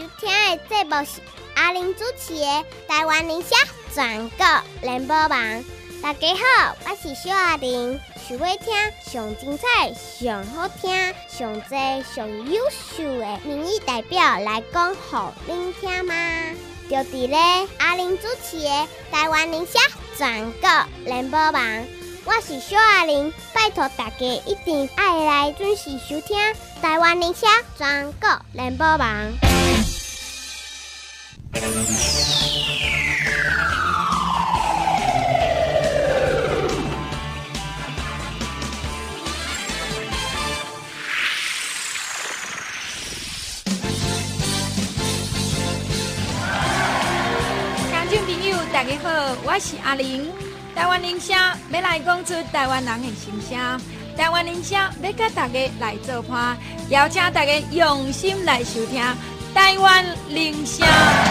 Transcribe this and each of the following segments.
收听的节目是阿玲主持的《台湾人社全国联播网》。大家好，我是小阿玲。想要听上精彩、上好听、上多、上优秀的民意代表来讲给您听吗？就伫咧阿玲主持的《台湾人社全国联播网》。我是小阿玲，拜托大家一定要来准时收听台湾人社全国联播网。 观众朋友，大家好，我是阿玲。台湾人社要来讲出台湾人的心声，台湾人社要甲大家来做伴，邀请大家用心来收听台湾人社。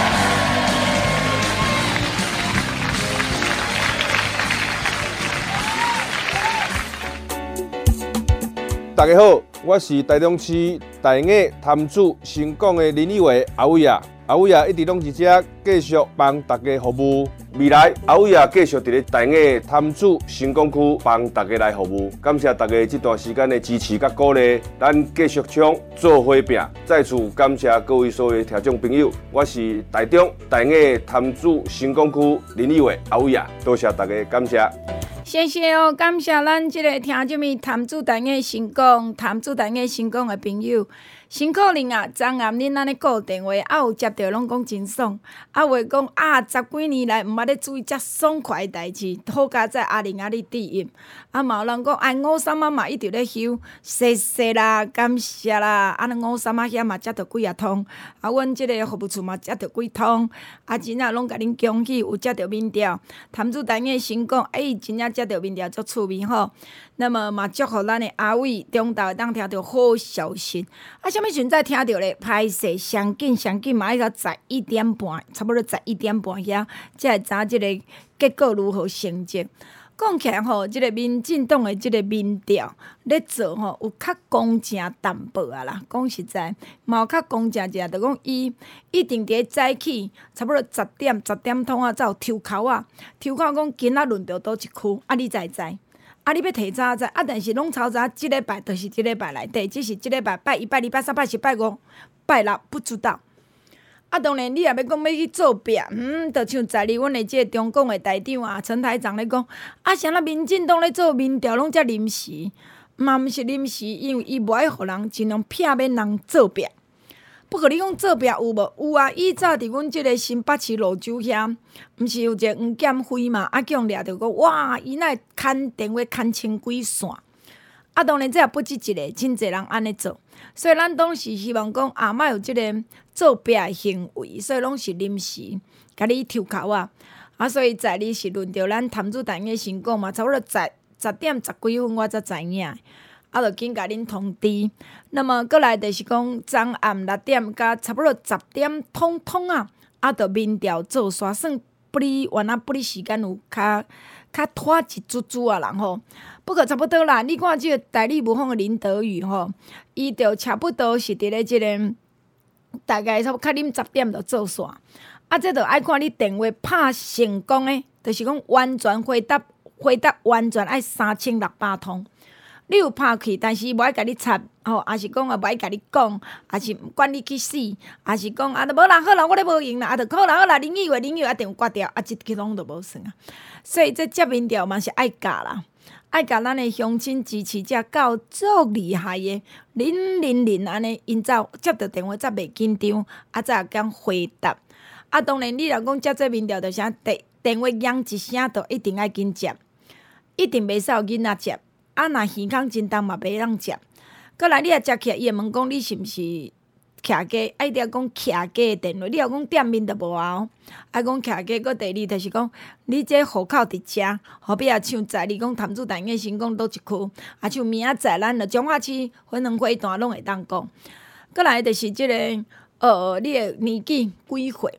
大家好，我是台中市大雅潭子成功的林立伟阿伟啊。阿伟啊，一直拢是遮继续帮大家服务。未来阿伟啊，继续伫咧大雅潭子成功区帮大家来服务。感谢大家这段时间的支持甲鼓励，咱继续冲做伙拼。再次感谢各位所有的听众朋友，我是台中大雅潭子成功区林立伟阿伟啊，多谢大家，感谢。 谢谢哦，感谢咱即个听众们潭子大雅成功、潭子大雅成功的朋友。辛苦恁啊！昨暗恁安尼固电话，有接到拢讲真爽，话讲10几年来毋捌咧注意遮爽快的代志，好佳在阿玲你第一。嘛有人讲五三嘛一直咧休，谢谢啦，感谢啦。五三遐嘛接到几啊通，阮即个服务处嘛接到几通，真正拢甲恁恭喜有接到民调，潭子大雅成功，真正接到民调足趣味吼。那么嘛祝福咱的阿伟中昼会当听到好消息。啥物时阵才听到咧？歹势上紧嘛，要到11点半，差不多11点半遐，才会知即个结果如何成绩。讲起来吼，即个民进党的即个民调咧做吼，有较公正淡薄啊啦。讲实在，嘛有较公正者，就讲伊一定伫咧早起，差不多10点通才有抽口啊。抽口讲今仔轮到倒一区，你知？你要提早知，但是拢超早，即礼拜就是即礼拜内底，只是即礼拜拜1、拜2、拜3、拜4、拜5、拜6不知道。当然，你若要讲要去做壁，就像昨日阮的即个中共的台长陈台长咧讲，啥那民进党咧做民调拢遮临时，嘛毋是临时，因为伊无爱互人尽量避免人做壁。不过你讲做壁有无？有啊！以早伫阮即个新北市蘆洲遐，毋是有一个黄检辉嘛？叫人掠着讲，哇！伊那牵电话牵千几线。当然这也不止一个，真侪人安尼做。所以咱当时希望讲莫有即个做壁的行为，所以拢是临时，甲你抽口啊！所以昨日是轮到咱潭子大雅成功嘛，差不多10点10几分我才知影。就紧甲恁通知。那么，过来就是讲，昨暗6点甲差不多10点通就民调做煞，算不哩时间有较拖一珠啊人吼。不过差不多啦，你看即个代理无方的林德宇吼，伊就差不多是伫咧即个大概差不多较啉10点就做煞。这就爱看你电话拍成功的，就是讲完全回答完全爱3600通。你有拍去，但是无爱甲你插，也是讲无爱甲你讲，也是管你去死，也是讲就无啦，好啦，我咧无用啦，就好啦，林议员一定挂掉，即个拢就无算啊。所以这接民调嘛是爱教啦，爱教咱的乡亲支持者够足厉害的，零安尼，因早接到电话才袂紧张，才会讲回答。当然你若讲接这民调，就啥电话响一声，就一定爱紧接，一定袂使有囡仔接。若耳孔真重嘛，袂当接。过来，你若接起来，伊会问讲你是毋是徛家？一定要讲徛家的电话。你若讲店面就无啊。讲徛家，搁第二就是讲你这户口伫遮，好比像昨日讲潭子大雅成功倒一区，像明仔载咱就彰化市分两回段拢会当讲。过来就是即个你的年纪几岁？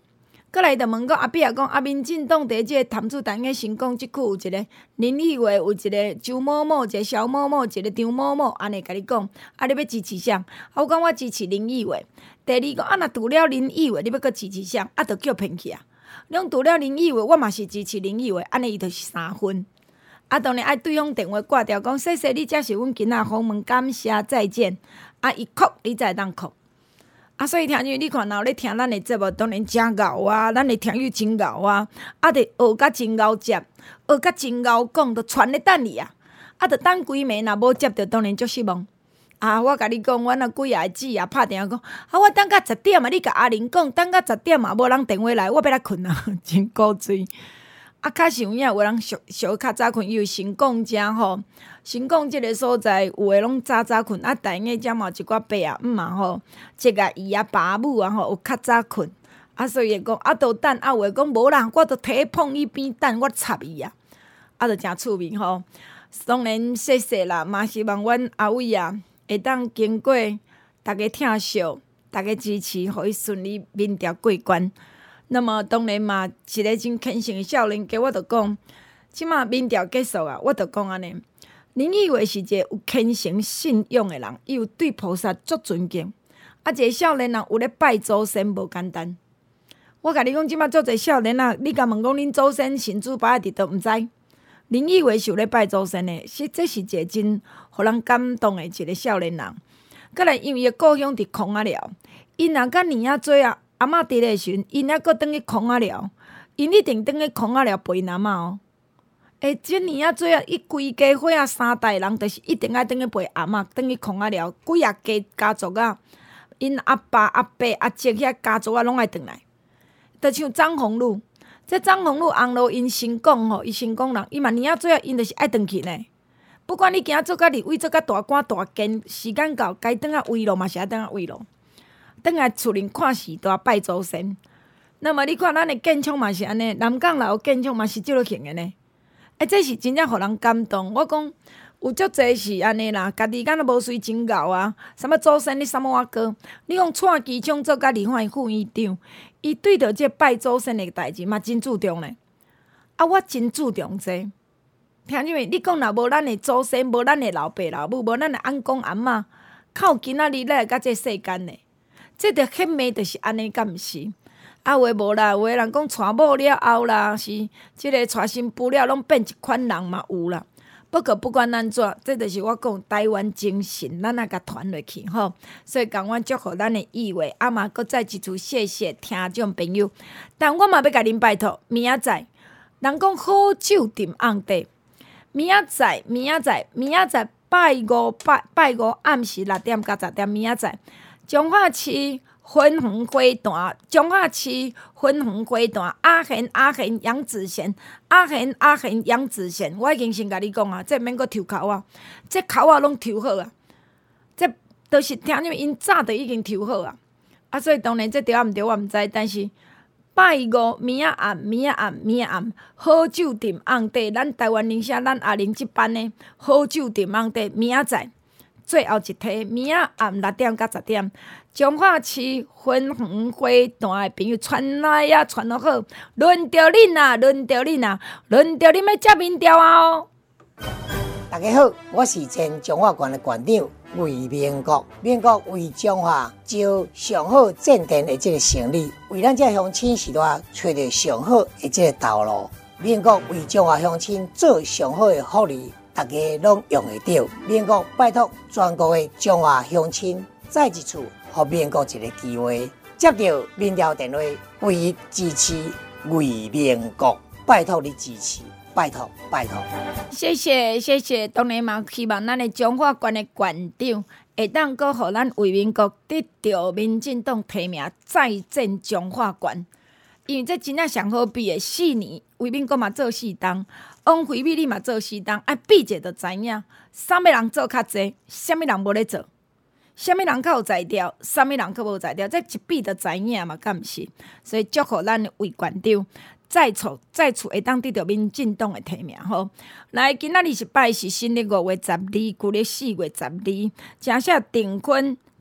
过来就问讲阿碧也讲民进党伫即个潭子台个成功即区有一个林立伟，有一个周某某，一个肖某某，一个张某某，安尼甲你讲，你要支持谁？我讲我支持林义伟。第二讲若除了林义伟，你要搁支持谁？就叫骗去啊！你讲除了林义伟，我嘛是支持林义伟，安尼伊就是3分。当然爱对方电话挂掉，讲谢谢你，这是阮囡仔访问，感谢再见。伊哭，你才会当哭。所以听众你看，若有咧听咱的节目，当然真牛啊！咱的听友真牛啊！着学甲真牛接，学甲真牛讲，着传咧等你啊！着等几暝若无接着，当然足失望。我甲你讲，阮几个姊也拍电话讲，我等到10点啊！你甲阿玲讲，等到10点嘛，无人电话来，我要来困啊！真古锥。较实有影有人小较早困，伊有成功遮吼，成功即个所在有诶拢早困，大个遮嘛有一寡伯啊姆啊吼，即个姨啊爸母啊吼有较早困，所以会讲都等有诶讲无啦，我著摕碰伊边等我插伊啊，著诚趣味吼。当然谢谢啦，嘛希望阮阿伟啊会当经过大家疼惜、大家支持，互伊顺利民调过关。那么当然嘛，一个真虔诚的少年家，我著讲，即马民调结束啊，我著讲安尼，林义伟是一个有虔诚信仰的人，伊有对菩萨足尊敬。一个少年人有咧拜祖先无简单。我甲你讲，即马足侪少年人，你甲问讲恁祖先神主牌伫倒，毋知。林义伟是有咧拜祖先的，这是一个真互人感动的一个少年人。过来，因为伊的故乡伫孔仔寮，因若甲年仔做啊。阿嬷伫咧时阵，因还阁转去孔仔寮，因一定转去孔仔寮陪阿嬷哦。即年仔做啊，伊规家伙啊3代人，就是一定爱转去陪阿嬷，转去孔仔寮，几啊家族啊，因阿爸、阿伯、阿叔遐家族啊，拢爱转来。就像张宏禄，这张宏禄翁路因成功吼，伊成功人，伊嘛年仔做啊，因就是爱转去呢。不管你今仔做甲立委，做甲大官大奸，时间到该转啊围路嘛是爱转啊围路。转来厝里看时大拜祖先，那么你看咱的建昌嘛是安尼，南港也有建昌嘛是即落型的呢。这是真正互人感动。我讲有足侪是安尼啦，家己敢若无随真牛啊，什么祖先你什么我哥，你讲蔡其昌做甲立法院副院长，伊对着这拜祖先的代志嘛真注重呢。我真注重这。听见没？你讲若无咱的祖先，无咱的老爸老母，无咱的阿公阿嬷，靠今仔日来到这世间呢？这着显明就是安尼，敢毋是？有诶无啦？有诶人讲娶某了后啦，是即个娶新妇了，拢变一款人嘛有啦。不过不管安怎，这就是我讲台湾精神，咱也甲传落去吼。所以共阮祝福咱诶意味，嘛搁再一次谢谢听众朋友。但我嘛要甲恁拜托，明仔载，人讲好酒沉甕底，明仔载拜五暗时6点到10点，明仔载。彰化市分园花坛，彰化市分园花坛，阿贤杨子贤，阿贤杨子贤，我已经先甲你讲啊，这免阁抽口啊，这口啊拢抽好啊，这都是听你们因早就已经抽好啊，所以当然这对啊毋对我毋知，但是拜五明仔暗，好酒沉甕底，咱台湾人写咱阿玲即班的好酒沉甕底，明仔载。最后一题，明仔暗6点到10点，彰化市分园花坛的朋友传来啊，传落好，轮到恁啊，轮到恁要接民调啊哦！ 大家好，我是前彰化县的县长魏明国。民国为彰化招上好建电的这个成立，为咱这乡亲时代找到上好的这个道路。民国为彰化乡亲做上好的福利。大家拢用得到。民国拜托全国的彰化乡亲，再一次给民国一个机会，接到民调电话，为伊支持为民国，拜托你支持，拜托。 谢谢，当然嘛，希望咱的彰化县的县长会当阁互咱为民国得到民进党提名，再战彰化县。因为这真正上好比的4年，为民国嘛做4档，王惠美你嘛做4档，比者就知影，啥物人做较济，啥物人无咧做，啥物人较有才调，啥物人较无才调，这一比就知影嘛，敢毋是？所以祝福咱为县长再次会当得到民进党的提名吼。来，今仔日是拜是新历5月12，旧历4月12，正式订婚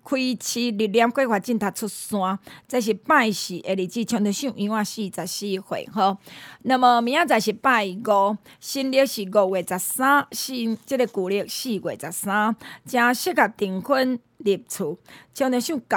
开市历练规划进塔出山，这是拜四的日子，唱着上永远44岁吼。那么明仔载是拜五，新历是5月13，新这个旧历4月13，正适合订婚入厝，唱着上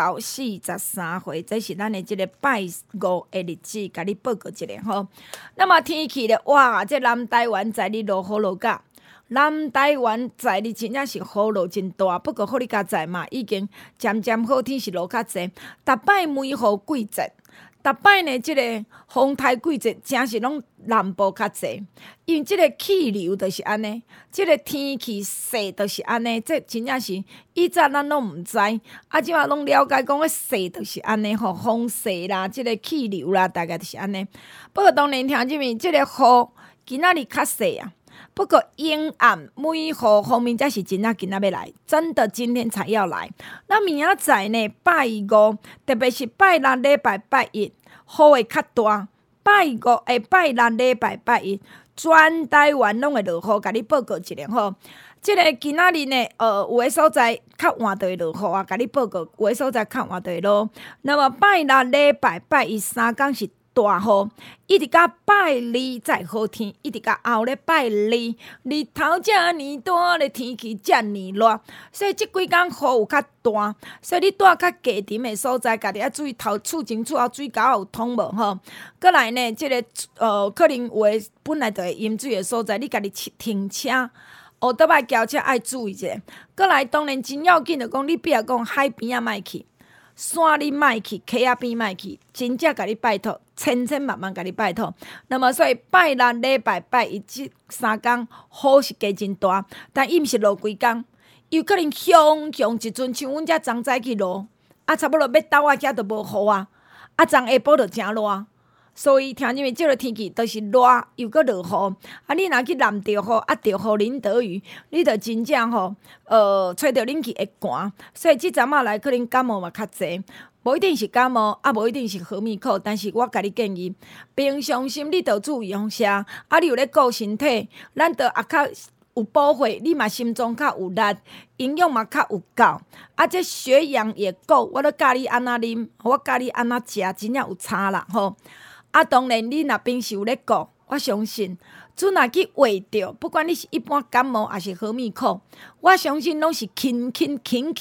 43岁，这是咱的这个拜五的日子，甲你报告一下吼。那么天气咧，哇，这南台湾在日落雨落甲。南台湾在日真正是雨落真大，不过好你家在嘛，已经渐渐好天是落较济。逐摆梅雨季节，逐摆呢，即个风台季节，真是拢南部较济。因为即个气流就是安尼，即个天气势就是安尼，这真正是以前咱拢毋知，即马拢了解讲个势就是安尼吼，风势啦，即个气流啦，大概就是安尼。不过当然听即面，即个雨今仔日较细啊。不过阴暗梅雨方面，才是真正今仔要来，真的今天才要来。那明仔载呢，拜五，特别是拜六礼拜拜一，雨会较大。拜五会拜六礼拜拜一，全台湾拢会落雨，甲你报告一下吼。即个今仔日呢，有诶所在较晏就会落雨啊，甲你报告，有诶所在较晏就会落。那么拜六礼拜拜一3天是大雨，一直到拜二才好天，一直到后咧拜二，日头遮尼大，咧天气遮尼热，所以即几天雨有较大，所以你住较低沉的所在，家己要注意厝前厝后水沟有通无吼。过来呢，即个可能有诶本来就会淹水的所在，你家己停车。倒摆轿车爱注意一下。过来当然真要紧，就讲你比如讲海边啊莫去。山你莫去，溪仔边莫去，真正甲你拜托，千万甲你拜托。那么所以拜六礼拜拜一即3天雨是加真大，但伊毋是落几工，有可能凶一阵像阮遮昨早去落，差不多要到我遮就无雨啊，昨下晡就真热。所以听入面即个天气都是热又搁落雨，你若去淋着雨，着雨淋倒雨，你着真正吼，吹着冷气会寒，所以即阵仔来可能感冒嘛较济，无一定是感冒，无一定是何物苦，但是我甲你建议，平常心你着注意食，你有咧顾身体，咱着也较有保护，你嘛心脏较有力，营养嘛较有够，这血氧也够，我都教你安怎啉，我教你安怎食，真正有差啦吼。当然，你若平时有咧顾，我相信，阵若去画着，不管你是一般感冒还是何物苦，我相信拢是轻的轻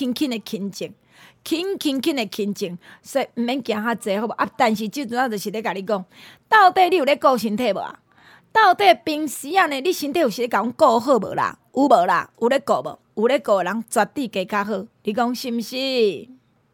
症，所以毋免惊遐济，好无？但是即阵仔就是咧甲你讲，到底你有咧顾身体无啊？到底平时呢，你身体有时咧甲阮顾好无啦？有无啦？有咧顾无？有咧顾的人绝对加较好，你讲是毋是？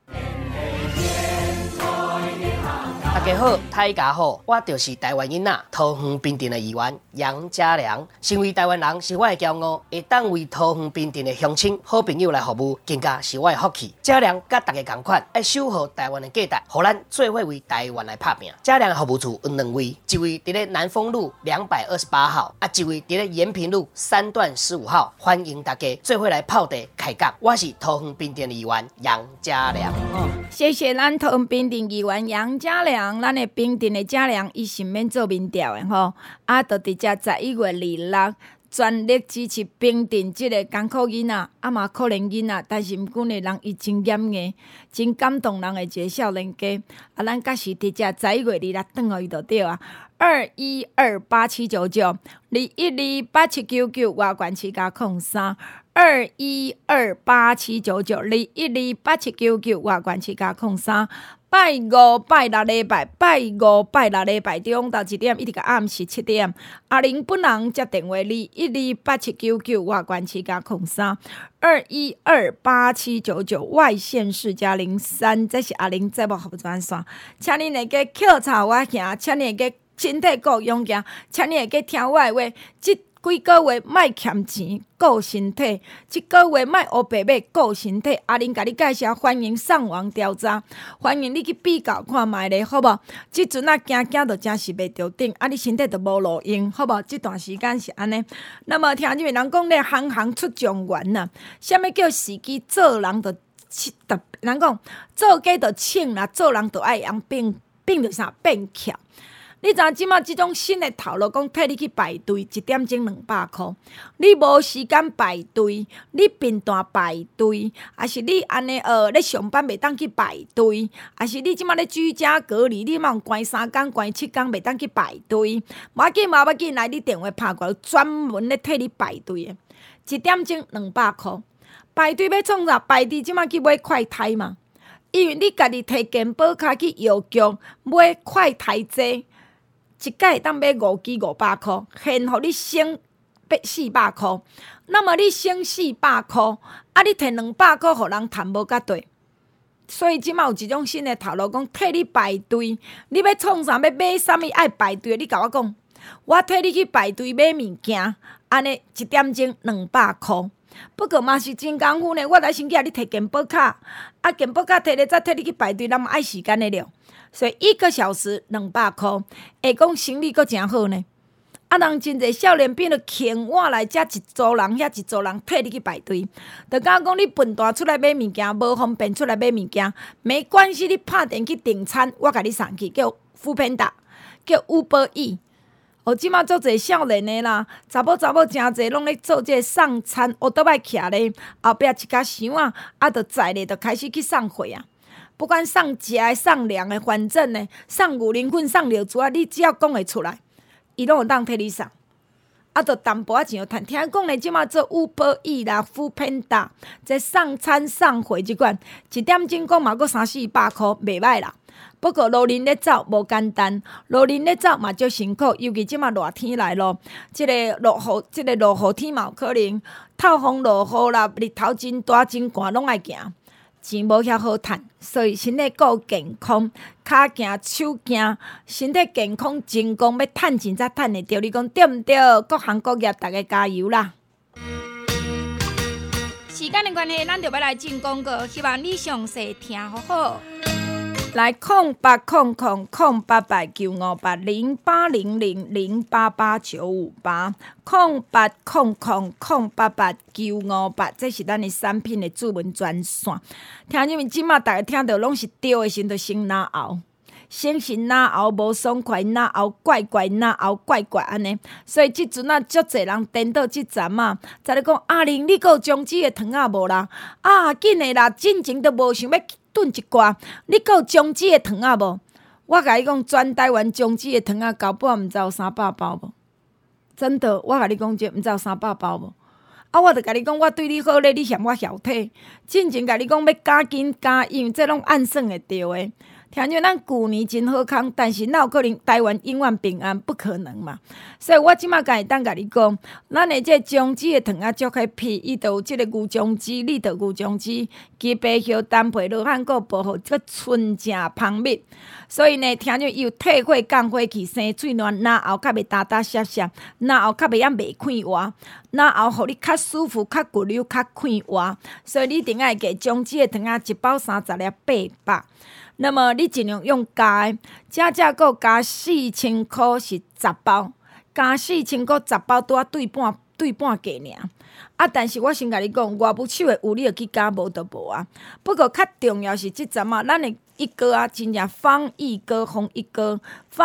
大家好，大家好，我就是台湾囡仔桃园bình镇的议员杨家良。身为台湾人是我的骄傲，会当为桃园bình镇的乡亲、好朋友来服务，更加是我的福气。家良甲大家同款，爱守护台湾的价值，互咱做伙为台湾来拍拼。家良的服务处有2位，一位伫咧南丰路228号，一位伫咧延平路3段15号。欢迎大家做伙来泡茶开讲。我是桃园bình镇的议员杨家良。 谢谢咱桃园bình镇议员杨家良。咱的bình镇的家良，伊是免做民调的吼，就伫遮11月26，全力支持bình镇即个艰苦囡仔，嘛可怜囡仔，但是毋过呢，人伊真严硬，真感动人的一个少年家。咱假是伫遮11月26转互伊就对啊。2128799，2128799，外管7加03。2128799，2128799，外管7加03。拜五、拜六礼拜，拜五、拜六礼拜中到1点，一直到暗时7点。阿玲本人接电话2128799，外管7加03，2128799，外县市加03，这是阿玲节目服务专线，请恁会记捡查我行，请恁会记身体顾勇行，请恁会记听我的话，几个月莫欠钱，顾身体；一个月莫黑白马，顾身体。阿玲甲你介绍，欢迎上网调查，欢迎你去比较看卖咧，好无？即阵行就真是袂着顶，你身体就无路用，好无？即段时间是安尼。那么听入面人讲咧，行出状元呐。啥物叫时机做人就人讲做家就请啦，做人就爱用变就啥变巧。 你知影即马即种新的头路，讲替你去排队，1点钟200块。你无时间排队，你频段排队，还是你安尼咧上班袂当去排队，还是你即马咧居家隔离，你嘛有关3天、关7天袂当去排队。无要紧，来你电话拍过来，专门咧替你排队的，1点钟200块。排队要创啥？排队即马去买快筛嘛，因为你家己摕健保卡去药局买快筛剂。一届会当买5支500块，现互你省400块。那么你省400块，你摕200块，互人赚无甲对。所以即马有一种新的头路，讲替你排队。你要创啥？要买啥物爱排队？你甲我讲，我替你去排队买物件，安尼1点钟200块。不过嘛是真功夫呢。我来先去你摕健保卡，健保卡摕咧再替你去排队，咱嘛爱时间的了。所以1个小时200块，会讲生意阁真好呢。人真侪少年兵就牵我来遮一组人，遐一组人替你去排队。就敢讲你笨蛋出来买物件，无方便出来买物件，没关系，你拍电去订餐，我甲你送去，叫Foodpanda，叫 Uber Eats。即马足侪少年的啦，查某真侪拢咧做这送餐，都摆徛咧后壁一甲箱就载咧，就开始去送货啊。不管送食的、送凉的，反正呢，送牛奶粉、送尿珠你只要讲会出来，伊拢有当替你送。就淡薄仔钱赚。听讲呢，即马做 Uber Eats 啦、Foodpanda， 这送餐送货即款，1点钟讲嘛，佫300-400块，袂歹啦。不过路人咧走无简单，路人咧走嘛足辛苦，尤其即马热天来咯，即个落雨天嘛有可能透风落雨啦，日头真大真寒，拢爱行，钱无遐好趁，所以身体顾健康，骹行手行，身体健康真讲要趁钱才趁会着，你讲对毋对？各行各业大家加油啦！时间的关系，咱就要来进广告，希望你详细听好好。来0800-088-958，0800-088-958，这是咱的产品的主文专线。听你们即马大家听到拢是对的时，就先拿后。先是哪后无爽快，哪后怪怪安尼，所以即阵足侪人颠倒即站再咧讲阿玲，你还有姜子的糖仔无啦？紧的啦，进前都无想要炖一寡，你还有姜子的糖仔无？我甲你讲，全台湾姜子的糖仔搞不好毋知有300包无？真的，我甲你讲这毋知有300包无？我著甲你讲，我对你好咧，你嫌我晓体。进前甲你讲要加紧加，因为这拢按算会着的。听着咱旧年真好康，但是哪有可能台湾永远平安？不可能嘛！所以我即马会当甲你讲，咱的这姜子的糖仔足开皮，伊就有即个牛姜子、绿豆牛姜子、鸡白叶、单皮、罗汉果、薄荷，这个纯正芳蜜。所以呢，听着伊有退火、降火气、生水暖，哪后较袂打打湿湿，哪后较袂晓袂快活，哪后互你较舒服、较骨溜、较快活。所以你一定爱加姜子的糖仔，1包30粒800。那么你尽量用加的，加个加4000块是10包，加4000块10包拄对半价尔。但是我先甲你讲，外母手的有你就去加，无就无啊。不过较重要是即阵咱的一哥真正防疫哥、防疫哥、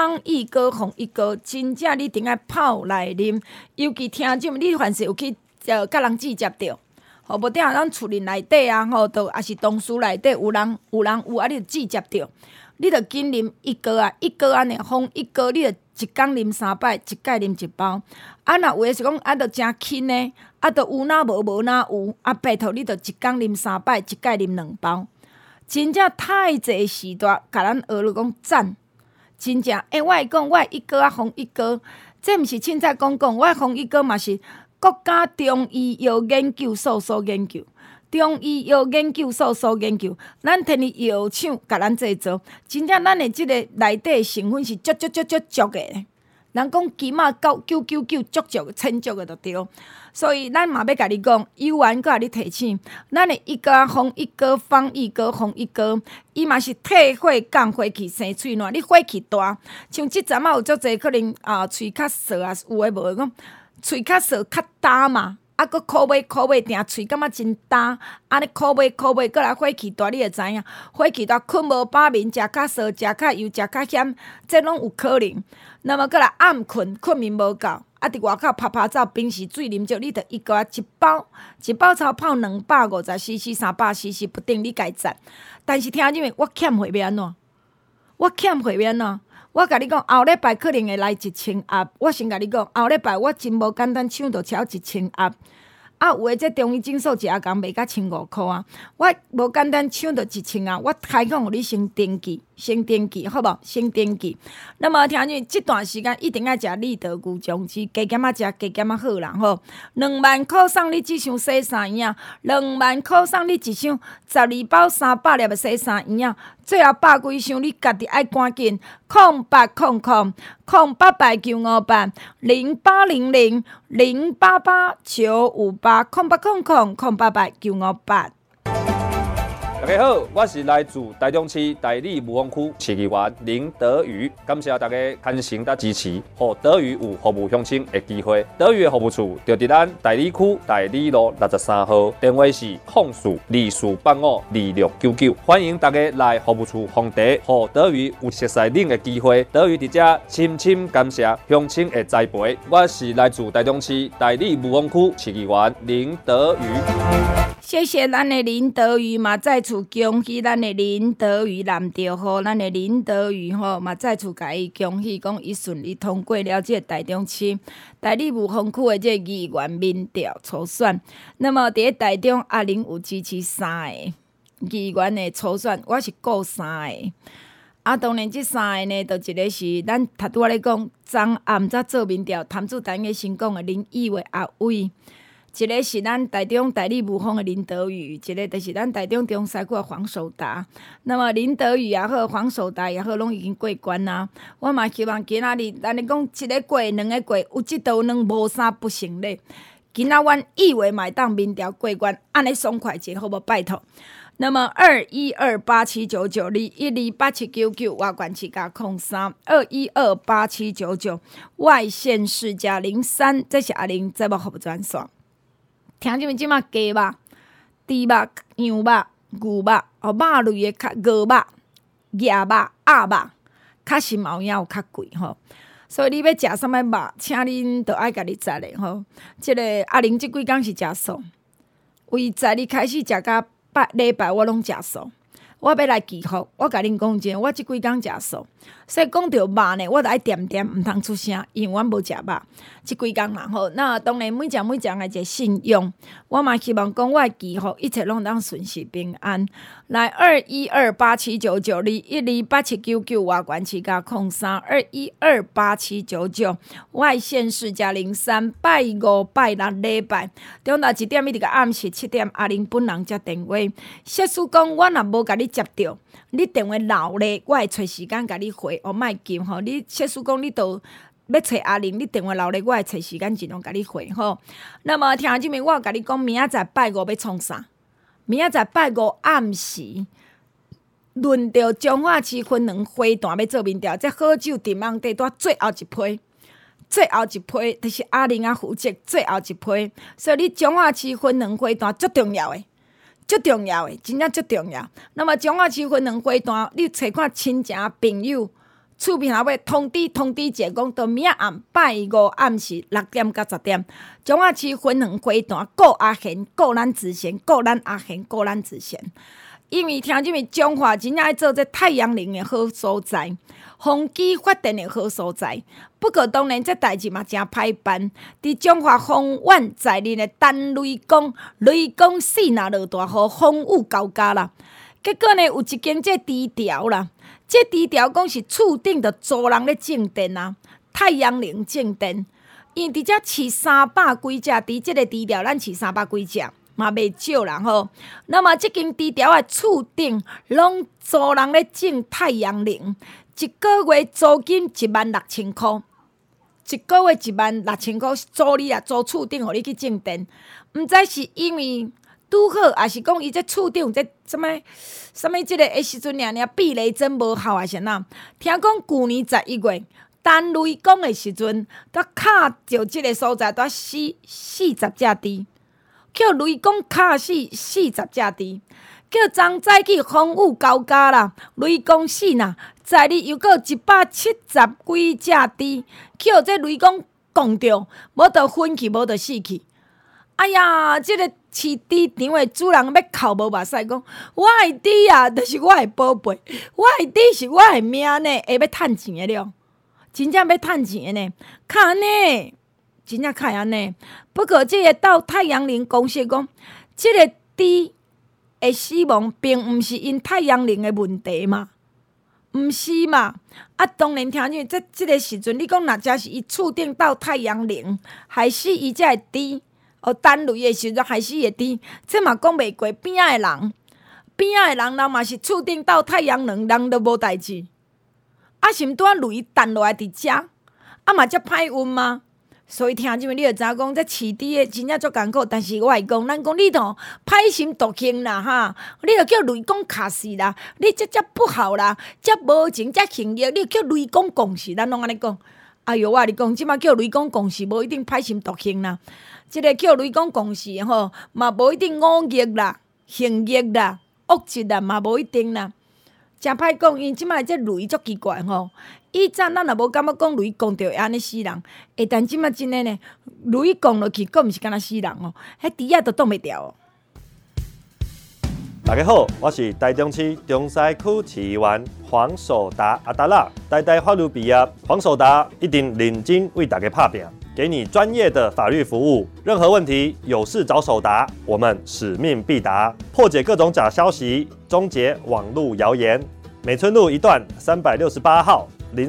真正你一定爱泡来啉。尤其听种，你凡是有去甲人直接着。无定咱厝里内底都也是同事内底有人有，你就直接着，你就紧啉1个1个安尼，防1个你就一工啉3摆，一摆啉1包。若有诶是讲就真轻诶，就有哪无哪有，拜托你就一工啉3摆，一摆啉2包。真正太济时代，甲咱学了讲赞，真正我会讲，我1个防1个，这毋是凊彩讲，我防1个嘛是。国家中医药研究所研究，中医药研究所研究，咱摕哩药厂甲咱制作，真正咱的即个内底成分是足的。人讲金仔999足千足的就对。所以咱嘛要甲你讲，有缘甲你提醒，咱的1个防1个防1个防1个，伊嘛是退火降火气生喙暖，你火气大，像即阵有足侪可能喙较涩有诶无讲。喙较涩较焦嘛， 啊，佮烤尾定喙感觉真干，安尼烤尾，过来火气大，你会知影，火气大困无饱眠，食较sau食较油，食较咸，这拢有可能。那么过来暗困眠无够，啊，伫外口拍走，平时水啉少，你着一个一包超泡250cc、300cc 不定，你家赞。但是听入面，我欠会要安怎？我甲你讲，后礼拜可能会来1000盒。我先甲你讲，后礼拜我真无简单，抢着超1000盒。啊，有诶，这中医诊所一盒工卖到1500块啊！我无简单抢着1000啊！我开讲互你先登记，好无？先登记。那么听见这段时间一定要食立德牛酱汁，加减啊食，加减啊好啦吼！2万块送你只箱洗衫衣啊！2万块送你一箱12包300粒的洗衫衣啊！最后100几箱，你家己爱赶紧0800 088958 0800 088 958 0800 088 958。 大家好，我是来自台中市大里武丰区市议员林德瑜，感谢大家牵诚甲支持，让德瑜有服务乡亲的机会。德瑜的服务处就伫咱大里区大里路63号，电话是0424852699，欢迎大家来服务处访茶，让德瑜有熟悉恁的机会。德瑜伫遮深感谢乡亲的栽培。我是来自台中市大里武丰区市议员林德瑜。 谢谢咱的林德瑜嘛，再次恭喜咱的林德瑜蓝调好，咱的林德瑜吼嘛，再次甲伊恭喜，讲伊顺利通过了这台中市大里武丰区的这议员民调初选。那么伫台中阿玲有支持3个议员的初选，我是顾3个。啊，当然这3个呢，就一个是咱拄仔咧讲，昨暗才做民调，潭子单个新讲的林义伟阿伟。一个是咱台中大里武丰的林德瑜，一个就是咱台中中西区的黄守达。那么林德瑜也好，黄守达也好，拢已经过关啊。我嘛希望今仔日，咱咧讲一个过，2个过，有即道两无啥不成咧。今仔阮以为嘛会当民调过关，安尼爽快者好无？拜托。那么212879921128799外管市加03 2128799外县市加03，这是阿玲节目服务专线。听即面即马鸡肉、猪肉、羊肉、牛肉、肉类的较鹅肉、鸭肉、鸭肉，确实嘛有较贵吼。所以你要食啥物肉，请恁着爱家己择咧吼。即个阿玲即几工是食素，为在你开始食到礼拜我拢食素。我要来祈福，我甲恁讲真，我即几工食素。所以讲到肉呢，我着爱点，毋通出声，因为阮无食肉。即几工嘛吼，那当然每件的一个信用，我嘛希望讲我的祈福一切拢当顺时平安。来212879921128799外管市加03 2128799外县市加03拜5拜6礼拜，中昼1点一直到暗时7点，阿玲本人接电话。设使讲我若无甲你接到，你电话留咧，我会找时间甲你回，莫急吼。你设使讲你都要找阿玲，你电话留咧，我会找时间尽量甲你回吼。那么听即面，我甲你讲，明仔载拜5要创啥？明仔载拜5暗时，轮到彰化市分两花坛要做民调，这好酒甜芒地带最后一批，就是阿玲啊负责最后一批，所以你彰化市分两花坛足重要的，真正足重要。那么彰化市分两花坛，你找看亲情朋友。厝边头尾通知者讲，到明仔暗拜5暗时6点到10点，彰化市分两花坛，顾阿贤，顾咱子贤，顾咱阿贤，顾咱子贤。因为听即面彰化真正爱做这太阳能的好所在，风机发电的好所在。不过当然，这代志嘛真歹办。伫彰化丰苑在林的单雷公4若落大雨，风雨交加啦。结果呢，有一间这低调啦。这低调讲是厝顶的租人咧种电啊，太阳能种电。因伫遮饲300几只，伫即个低调咱饲300几只，嘛袂少啦吼。那么即间低调的厝顶拢租人咧种太阳能，一个月租金16000块，一个月16000块租你啊，租厝顶互你去种电，毋知是因为。拄好，也是讲伊这厝顶有这什么即个时阵避雷针无效，还是哪？听讲旧年11月， 单雷公的时阵，佮卡着即个所在，带40只猪，叫雷公卡死40只猪，叫张早起风雨交加啦，雷公死啦，在日又过170几只猪，叫这雷公讲着，无着昏去，无着死去。哎呀，即个饲猪场的主人要哭无目屎，讲我的猪啊，就是我的宝贝，我的猪是我的命呢，会要趁钱的了，真正要趁钱的呢，卡安尼，真正卡安尼。不过，即个到太阳能公司讲，即个猪的死亡并毋是因太阳能的问题嘛，毋是嘛？啊，当然听见即个时阵，你讲若真是伊触电到太阳能，害死伊才会猪。单雷的时阵害死的猪，这嘛讲袂过边仔的人，边仔的人嘛是触电到太阳能，人都无代志。啊，是毋拄啊雷弹落来伫遮，啊嘛遮歹运吗？所以听即位你就知影讲，这饲猪的真正足艰苦。但是我会讲，咱讲你吼歹心毒性啦哈，你就叫雷公卡死啦，你遮不好啦，遮无情遮行业，你就叫雷公共死，咱拢安尼讲。哎哟，我甲你讲，即马叫雷公共死，无一定歹心毒性啦。即个叫雷公共死吼，嘛无一定恶业啦、行业啦、恶质啦，嘛无一定啦。真歹讲，因即摆这雷足奇怪吼。以前咱也无感觉讲雷讲着会安尼死人，但即摆真诶呢，雷讲落去，佫毋是敢若死人哦，迄猪仔都挡袂牢哦。 大家好，我是台中市中西区市议员黄守达阿达拉，台法律毕业，黄守达一定认真为大家拍拼，给你专业的法律服务。任何问题有事找守达，我们使命必达，破解各种假消息，终结网络谣言。美村路一段368号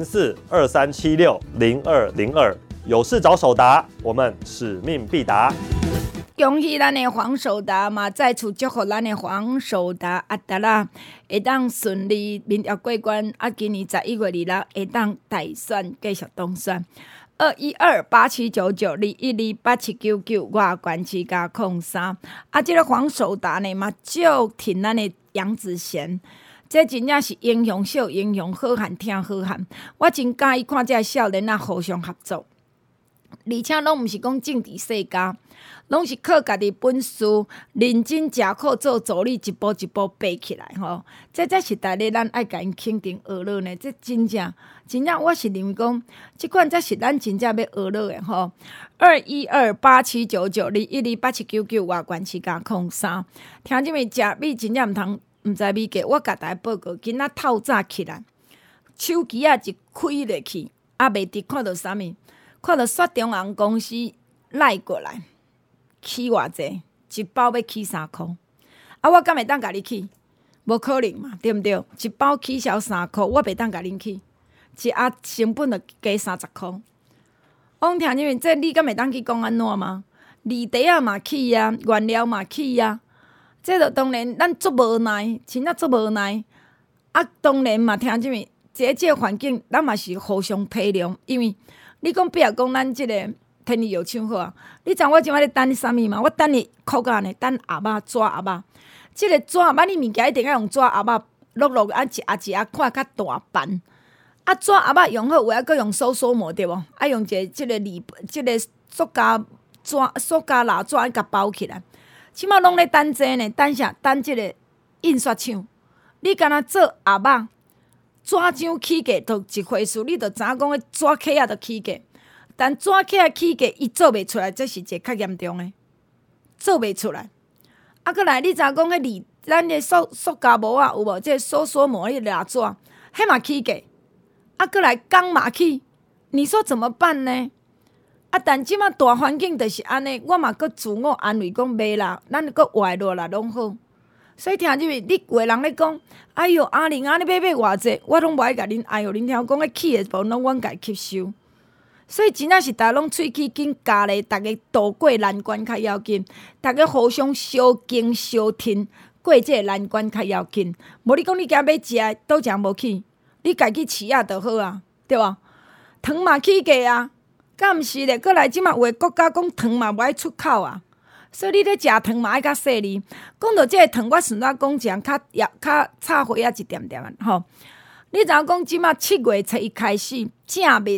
0423760202，有事找守达，我们使命必达。 恭喜咱的黄守达嘛，再次祝福咱的黄守达阿达啦，会当顺利民调过关。啊，今年11月26会当大选继续当选。212879921287999，我关市加03。啊，这个黄守达呢嘛，就挺咱的杨子贤。这真正是英雄惜英雄，好汉听好汉。我真介意看这少年仔互相合作，而且拢毋是讲政治世家，拢是靠家己本事，认真食苦做助理，一步一步爬起来吼。这才是大家咱爱甲因肯定学乐呢。这真正，我是认为讲，即款才是咱真正要学乐的吼。212879921287999，我关市加03。听即位食米真正毋知米价，我甲大家报告，今仔透早起来，手机啊一开落去，啊袂伫看到啥物，看到雪中红公司赖过来，起偌济，一包要起3箍，啊我敢会当甲你起？无可能嘛，对毋对？一包起销3箍，我袂当甲恁起，一盒成本就加30箍。我听因为这你敢会当去讲安怎吗？利地啊嘛起啊，原料嘛起啊。这就当然，咱足无奈，真正足无奈。啊，当然嘛，听即位，这个环境，咱嘛是互相体谅。因为你讲比如讲，咱即个天气药厂好啊，你知我即摆咧等啥物嘛？我等你苦干呢，等鸭肉纸鸭肉。即个纸鸭肉，你物件一定要用纸鸭肉，落啊一盒一盒看较大版。啊，纸鸭肉用好，有还佫用收缩膜对无？啊，用一个即个塑胶蜡纸甲包起来。即马拢咧等这呢，等啥？等即个印刷厂。你敢若做鸭肉，纸张起价就一回事，你就知影讲迄纸壳仔就起价。但纸壳仔起价，伊做袂出来，这是一个较严重的，做袂出来。啊，搁来，你知影讲迄咱的塑胶膜啊，有无？即个收缩膜迄蜡纸，迄嘛起价。啊，搁来钢嘛起，你说怎么办呢？啊，但即马大环境就是安尼，我嘛阁自我安慰讲袂啦，咱阁活落啦，拢好。所以听入去，你有的人咧讲，哎哟，阿玲啊，你买偌济，我拢无爱甲恁哎哟，恁听讲迄起的部分拢阮家吸收。所以真正是大家拢喙齿紧，家咧，大家渡过难关较要紧，大家互相相敬相挺，过这个难关较要紧。无你讲你今买食，倒食无去，你家去饲啊就好啊，对无？糖嘛起价啊。敢毋是咧？过来即马有诶国家讲糖嘛无爱出口啊，所以你咧食糖嘛爱较细腻。讲到即个糖，我顺带讲一项较插花啊一点点啊吼。 你知影讲即马7月初一开始正密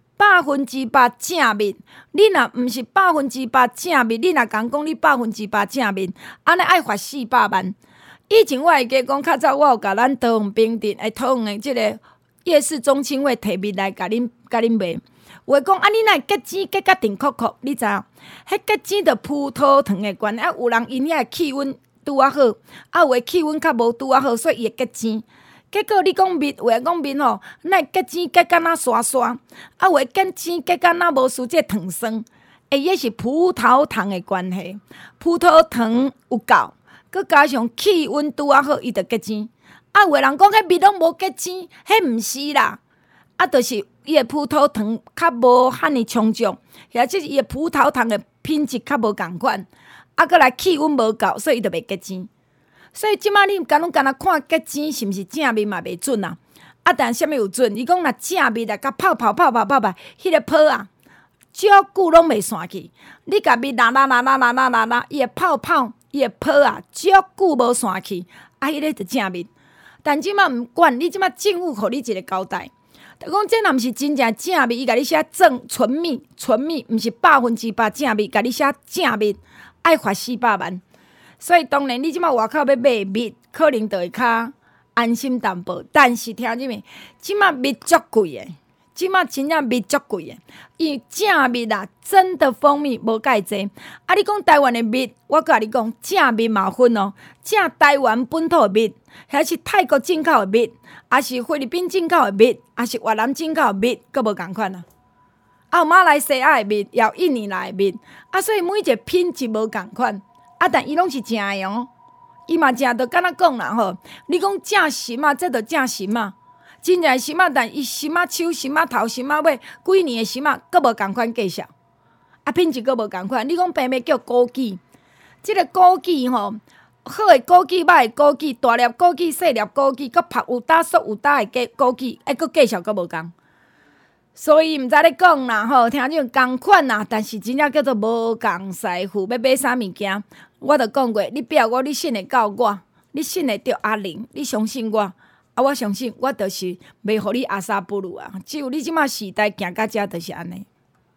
，100%正密。你若毋是100%正密，你若讲你100%正密，安尼爱罚400万。以前我会记讲，较早我有甲咱桃园平镇桃园的即个夜市中心会摕密来甲恁卖。有诶讲啊，你若会结钱结甲定酷酷，你知影？迄结钱着葡萄糖的关系，有人因遐气温拄啊好，有诶气温较无拄啊好，所以伊会结钱。结果你讲蜜，有诶讲蜜吼，那结钱结敢若沙沙，有诶结钱结敢若无输这糖霜，伊是葡萄糖的关系，葡萄糖有够。佮加上气温拄啊好，伊就结钱。有诶人讲迄蜜拢无结钱，迄毋是啦。就是伊诶葡萄糖较无遐尼充足，或者是伊诶葡萄糖诶品质较无共款。佮来气温无够，所以伊就袂结钱。所以即摆你敢若看结钱是毋是正蜜嘛袂准啊。但啥物有准？伊讲若正蜜甲泡，迄个泡啊，足久拢袂散去。你甲蜜拉，伊会泡。伊会泡啊，足久无散去，迄个就正蜜。但即摆毋管，你即摆政府互你一个交代，就讲这若毋是真正正蜜，伊甲你写纯蜜，毋是100%正蜜，甲你写正蜜，爱罚400万。所以当然，你即摆外口要买蜜，可能就会较安心淡薄。但是听入面，即摆蜜足贵诶。即马真正蜜足贵诶，伊正蜜啦，真的蜂蜜无介济。你讲台湾诶蜜，我甲你讲，正蜜嘛分哦，正台湾本土诶蜜，还是泰国进口诶蜜，还是菲律宾进口诶蜜，还是越南进口诶蜜，佫无共款啊。有马来西亚诶蜜，也有印尼来诶蜜，所以每一个品质无共款。但伊拢是正诶哦，伊嘛正，就敢若讲啦吼，你讲正心啊，这就正心啊。真正心仔，但伊心仔手、心仔头、心仔尾，几年的心仔，佫无共款计数，品质佫无共款。你讲平平叫枸杞，即个枸杞吼，好的枸杞、歹的枸杞、大粒枸杞、细粒枸杞，佫拍有打塑有打的枸杞，佫计数佫无共。所以毋知咧讲啦吼，听种共款啦，但是真正叫做无共师傅要买啥物件，我著讲过，你不要我，你信会到我，你信会着阿玲，你相信我。我相信我就是袂互你阿萨布鲁啊！只有你即马时代行到遮，就是安尼。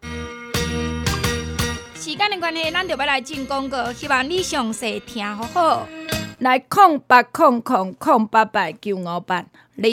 时间的关系，咱就要来进广告，希望你详细听好好。来0800088958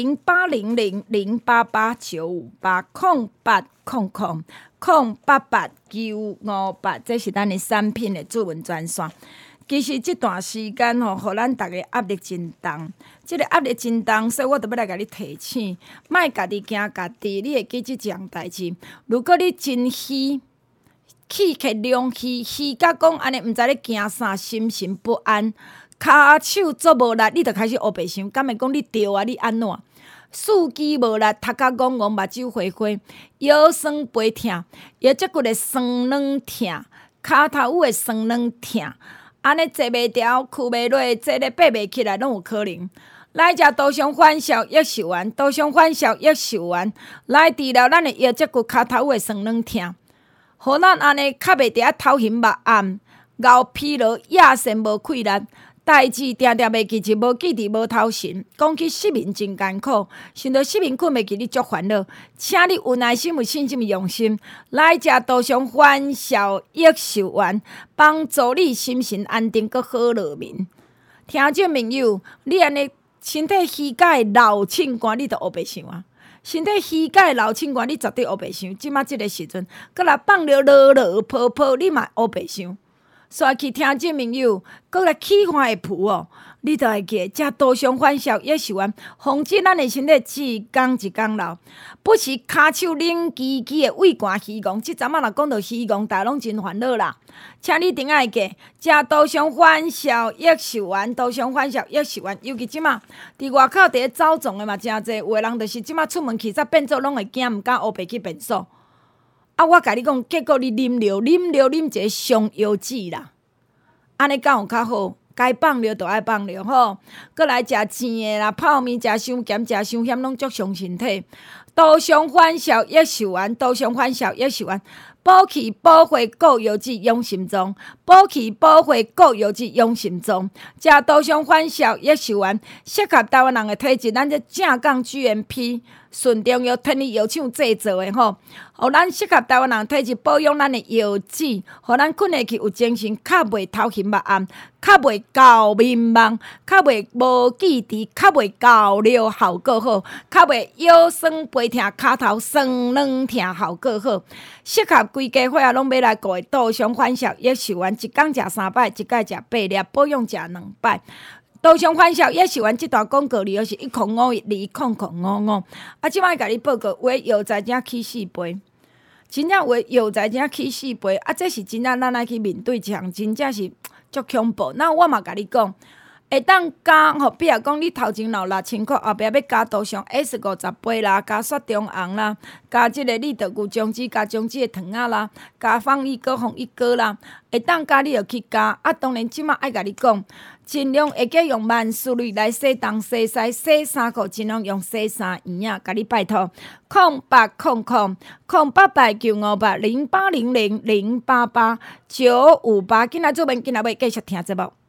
0800088958，0800088958，这是咱的产品的主文专线。其实这段时间吼，互咱大家压力真重。这个压力真重，所以我就要来甲你提醒，莫家己惊家己。你会记即件代志。如果你真虚，气气量虚，虚甲讲安尼，毋知咧惊啥，心神不安，骹手做无力，你就开始黑白想，敢会讲你对啊？你安怎？四肢无力，头壳戆戆，目睭花花，腰酸背痛，腰脊骨会酸软痛，骹头有会酸软痛。安尼坐袂牢，跍袂落，坐咧爬袂起来，拢有可能。来食多香欢笑益寿丸，多香欢笑益寿丸，来治疗咱的腰脊骨、骹头的酸软痛，互咱安尼较袂伫头晕目暗、熬疲劳、夜神无气力，代志定定袂记，就无记伫无头神，讲起失眠真艰苦，想到失眠困袂记，你足烦恼。请你有耐心、有信心、用心来食多香欢笑益寿丸，帮助你心神安定，搁好落眠。听众朋友，你安尼身体虚假的老凊寒，你着黑白想啊！身体虚假的老凊寒，你绝对黑白想。即马即个时阵，搁来放了落泡泡，你嘛黑白想。煞去听众朋友，搁来起欢的蒲哦，你著会记食多香欢笑益寿丸，防止咱的身体一天一天老。不是骹手冷叽叽的胃寒虚戆，即阵仔若讲到虚戆，大家拢真烦恼啦。请你顶爱记食多香欢笑益寿丸，多香欢笑益寿丸，尤其即马伫外口伫咧走总的嘛真侪，有的人就是即马出门去才变做拢会惊，毋敢黑白去便所。我甲你讲，结果你啉一个伤腰子啦，安尼敢有较好？该放尿就爱放尿吼，搁来食甜的啦，泡面食伤咸、食伤咸，拢足伤身体。 多项欢笑益寿丸，多项欢笑益寿丸，补气补血固腰子养心脏，补气补血固腰子养心脏。食多项欢笑益寿丸，适合台湾人的体质，咱这正港 GMP。顺中药天然药厂制作的吼，互咱适合台湾人体质保养咱的腰子，互咱困下去有精神，较袂头晕目暗，较袂高面梦，较袂无记忆，较袂高尿效果好，较袂腰酸背痛、骹头酸软痛效果好。适合规家伙仔拢要来顾的多项欢笑益寿丸，一工食3摆，一摆食8粒，保养食2摆。多项欢笑益寿丸这段广告里是105120055。即摆甲你报告，有的药材真起4倍，真正有的药材真起4倍，这是真正咱来去面对一项，真正是足恐怖。那我嘛甲你讲，会当加吼，比如讲你头前留6000块，后壁要加多项 S50杯啦，加雪中红啦，加即个利得牛姜子，加姜子的糖仔啦，加放一哥、红一哥啦，会当加你就去加。当然即马爱甲你讲。尽量会记用万事如意来洗东洗西洗衫裤，尽量用洗衫圆啊！甲你拜托，0800-0800-0800-0888-958，今仔做面，今仔要继续听节目。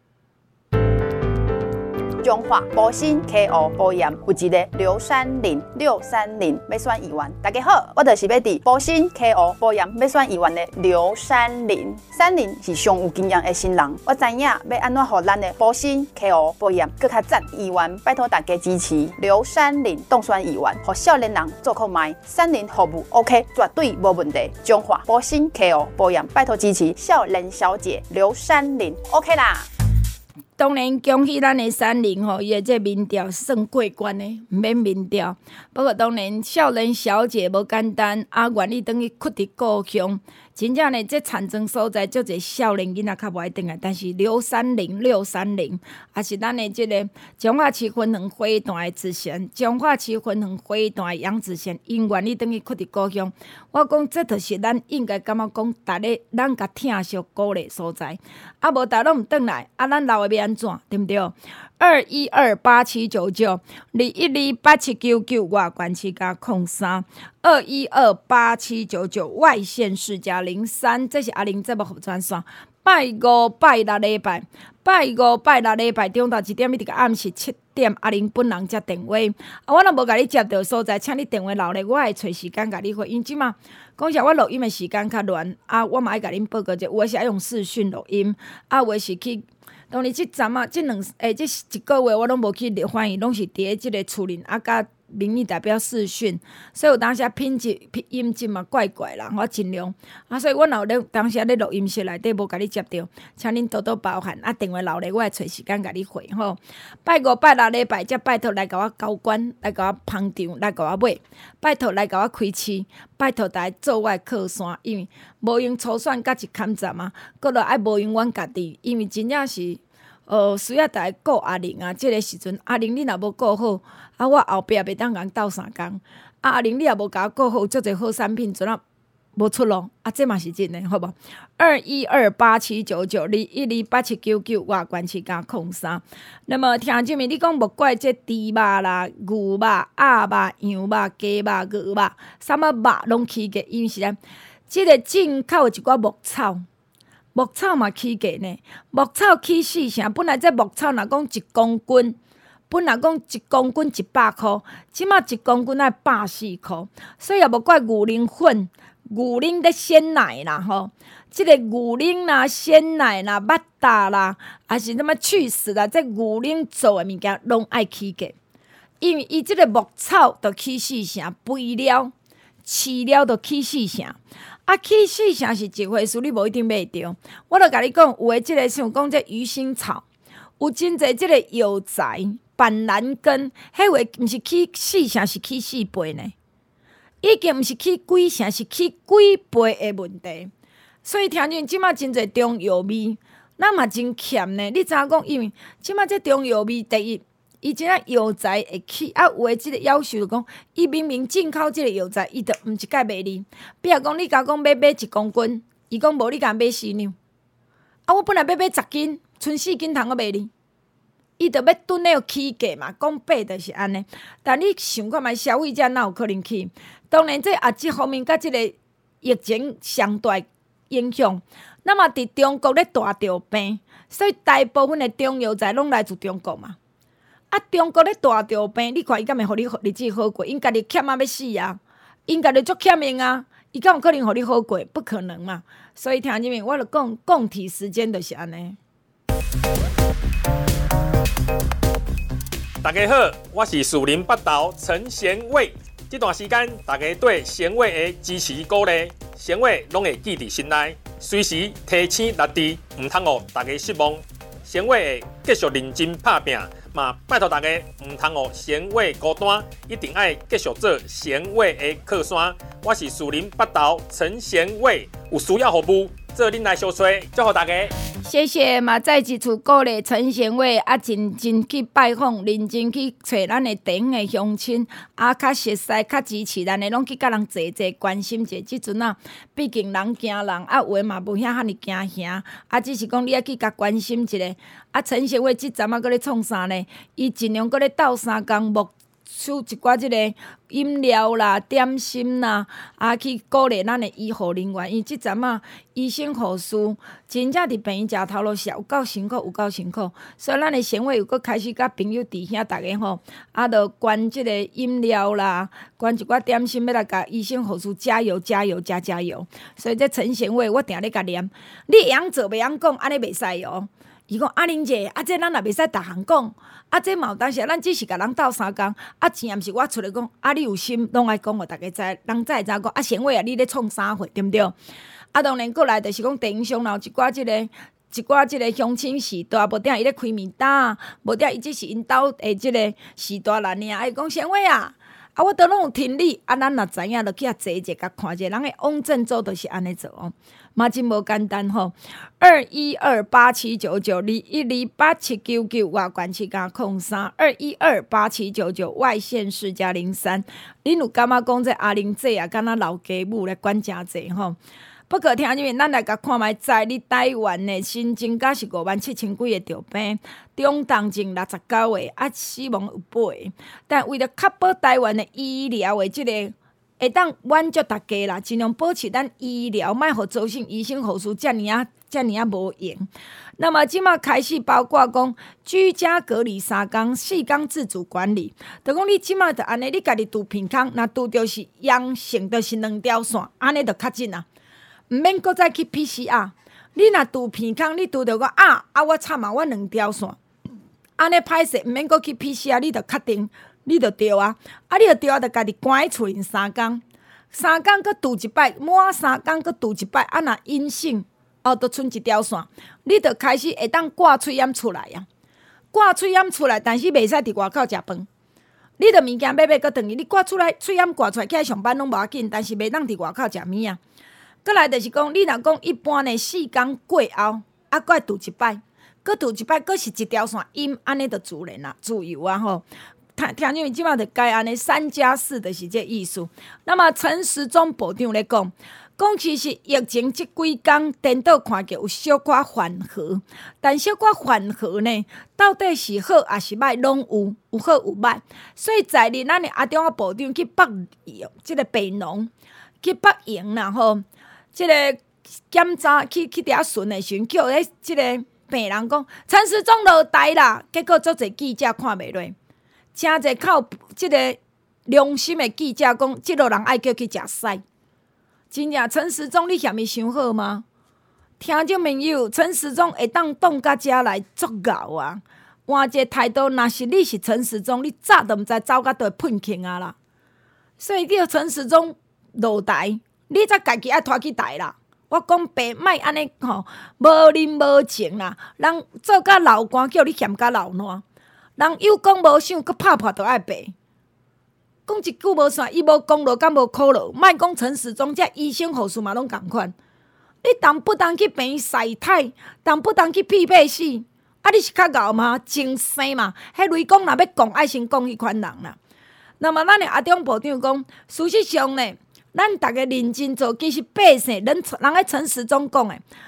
中华保鲜 KO 保养有一个630要选议员。大家好，我就是要伫保鲜 KO 保养要选议员的630是上有经验的新人，我知影要安怎让咱的保鲜 KO 保养更较赞。议员拜托大家支持630当选议员，让少年人做购买，30服务 OK， 绝对无问题。中华保鲜 KO 保养拜托支持少年小姐630 OK 啦。 当然，恭喜咱的30吼，伊的这民调算过关的，毋免民调。不过当然，少年小姐无简单，愿意等于屈伫故乡。真正呢，这田庄所在足侪少年囡仔较无爱转来，但是630，也是咱的这个彰化市分园花坛的子贤，彰化市分园花坛的杨子贤，因愿意等于屈伫故乡。我讲这就是咱应该感觉讲，逐日咱甲疼惜鼓励所在。无逐拢毋转来，咱老的要安怎？对不对？2128799，2128799，外关市加03，2128799，外县市加03，这是阿玲节目服专线。拜5拜6礼拜，拜5拜6礼拜，中昼1点一直到暗时7点，阿玲本人接电话。我若无甲你接到所在，请你电话留咧，我会找时间甲你回。因即嘛，讲实我录音的时间较乱，我嘛爱甲恁报告者，有的是爱用视讯录音，有的是去。当然，这阵啊，这1个月我拢无去立法院，拢是伫咧即个厝里甲民意代表视讯，所以有当时品质音质嘛怪怪啦，我尽量所以我若咧当时咧录音室内底无甲你接到，请恁多多包涵。电话留咧，我会找时间甲你回吼。拜5拜6礼拜，则拜托来甲我交关，来甲我捧场，来甲我买，拜托来甲我开市，拜托大家做我的靠山，因为无用初选甲一坎站啊，搁落爱无用阮家己，因为真正是。需要大家顾阿玲啊！即个时阵，阿玲你若无顾好，我后壁袂当共斗3工。阿玲你若无甲我顾好，足侪好产品阵无出路。这嘛是真诶，好无？2128799，2128799，外关市加03。那么听这面你讲，莫怪这猪肉啦、牛肉、鸭肉、羊肉、鸡肉、鹅肉，啥物肉拢起价，因为是咱即个进口一寡牧草。牧草嘛起价呢，牧草起4成，本来这牧草若讲1公斤，本来讲1公斤100块，即马1公斤要140块，所以也无怪牛奶粉、牛奶的鲜奶啦吼，即个牛奶啦、鲜奶啦、麦达啦，还是什么去死啦，这牛奶做的物件拢爱起价，因为伊即个牧草就起4成，肥料、饲料就起4成。起4成是一回事，你无一定买着。我著甲你讲，有诶，即个像讲这鱼腥草，有真侪即个药材、板蓝根，迄话毋是起4成，是起4倍呢。已经毋是起几成，是起几倍诶问题。所以听见即马真侪中药味，咱嘛真欠呢。你知影讲，因为即马这中药味第一。伊即个药材会起，有诶即个要求就讲，伊明明进口即个药材，伊就毋一概卖你。比如讲，你甲讲要买1公斤，伊讲无，你甲买4两。我本来要买10斤，剩4斤通我卖你。 伊就要蹲咧起价嘛，讲8就是安尼。但你想看觅消费者哪有可能去？当然，这方面甲即个疫情相对影响。那么伫中国咧大着病，所以大部分的中药材拢来自中国嘛。中国咧大着病，你看伊敢会互你日子好过？因家己欠要死啊！因家己足欠命啊！伊敢有可能互你好过？不可能嘛！所以听入面，我就讲共体时间就是安尼。 大家好，我是树林北投陈贤伟。这段时间，大家对贤伟的支持鼓励，贤伟拢会记伫心内，随时提醒力治，唔通互大家失望。贤伟会继续认真拍拼，嘛拜托大家唔通互贤伟孤单，一定爱继续做贤伟的靠山。我是树林北投陈贤伟，有需要服务，做恁来相找，祝福大家。 谢谢嘛，再一次鼓励陈贤伟认真去拜访，认真去找咱的地方的乡亲，较熟悉、较支持咱的，拢去甲人坐坐关心者。即阵毕竟人惊人，有诶嘛无遐赫尼惊兄，只是讲你爱去甲关心一下。陈贤伟即阵搁咧创啥呢？伊尽量搁咧斗3工木。出一寡即个饮料啦、点心啦，去鼓励咱的医护人员。伊即阵医生护士真正伫病院食头路是有够辛苦，有够辛苦。所以咱的贤伟又搁开始甲朋友弟兄大家吼，就捐即个饮料啦，捐一寡点心，要来甲医生护士加油、加油、加油。所以这陈贤伟，我定咧甲念，你会晓做，袂晓讲，安尼袂使哦。伊讲玲姐，这咱也袂使逐项讲，这嘛有当时咱只是甲人斗3工，钱也毋是我出来讲，你有心拢爱讲，互大家知，人才会知讲，贤伟你咧创啥货，对毋对？当然过来就是讲地方上有一寡即个乡亲时代，无定伊咧开面搭，无定伊只是因兜的即个时代啦尔，伊讲贤伟我都拢有听你，咱若知影，就去遐坐者，甲看者，人诶往正做就是安尼做哦，嘛真无简单吼。212879921287799外县市加03，2128799外县市加03。恁有感觉讲这阿玲姐敢若老家母咧管真济吼？不过听入面，咱来甲看觅，在你台湾的新增加是57000几个着病，中重症69个，死亡有8个。但为了确保台湾的医疗的即个会当满足大家啦，尽量保持咱医疗，莫互造成医生护士遮尔无用。那么即马开始包括讲居家隔离3工、4工自主管理，就讲你即马就安尼，你家己拄鼻孔，若拄着是阳性，就是2条线，安尼就较紧啊。毋免搁再去 PCR， 你若拄鼻孔，你拄着讲我惨我2条线，安尼歹势，毋免搁去 PCR， 你就确定你就对啊，你就对就家己关喺厝里3工，3工搁拄一摆，满3工搁拄一摆，若阴性，就剩1条线，你就开始会当挂喙炎出来啊，挂喙炎出来，但是袂使伫外口食饭。你着物件买搁转去，你挂出来喙炎挂出来起来上班拢无要紧，但是袂当伫外口食物啊。过来就是讲，你若讲一般的4工过后，搁拄一摆，搁拄一摆，搁是1条线阴，安尼就自然啦，自由啊吼。听入面即马就该安尼3+4就是这意思。那么陈时中部长咧讲其实疫情即几工颠倒看起有小可缓和，但小可缓和呢，到底是好还是歹，拢有好有歹。所以在日咱的阿中部长去北即个北农去北营啦吼。即个检查去伫遐巡的时阵，叫迄即个病人讲陈时中落台啦，结果足侪记者看袂落，真侪靠即个良心的记者讲，即落人爱叫去食屎。真正陈时中你嫌伊伤好吗？听众朋友，陈时中会当挡到遮来足够啊！换一个态度，若是你是陈时中，你早都毋知走到倒喷轻啊啦。所以叫陈时中落台。你才家己爱拖去台啦！我讲白，莫安尼吼，无人无情啦。人做甲老官，叫你嫌甲老烂。人有讲无想，佮拍破都爱白。讲一句无算，伊无功劳，敢无苦劳。莫讲陈时中，遮医生护士嘛拢共款。你当不当去病院晒太，当不当去屁屁死？你是较敖嘛，真生嘛？迄雷公若要讲，爱先讲迄款人啦。那么咱的阿中部长讲，事实上呢。咱逐个认真做，其实百姓人诶陈时中讲诶，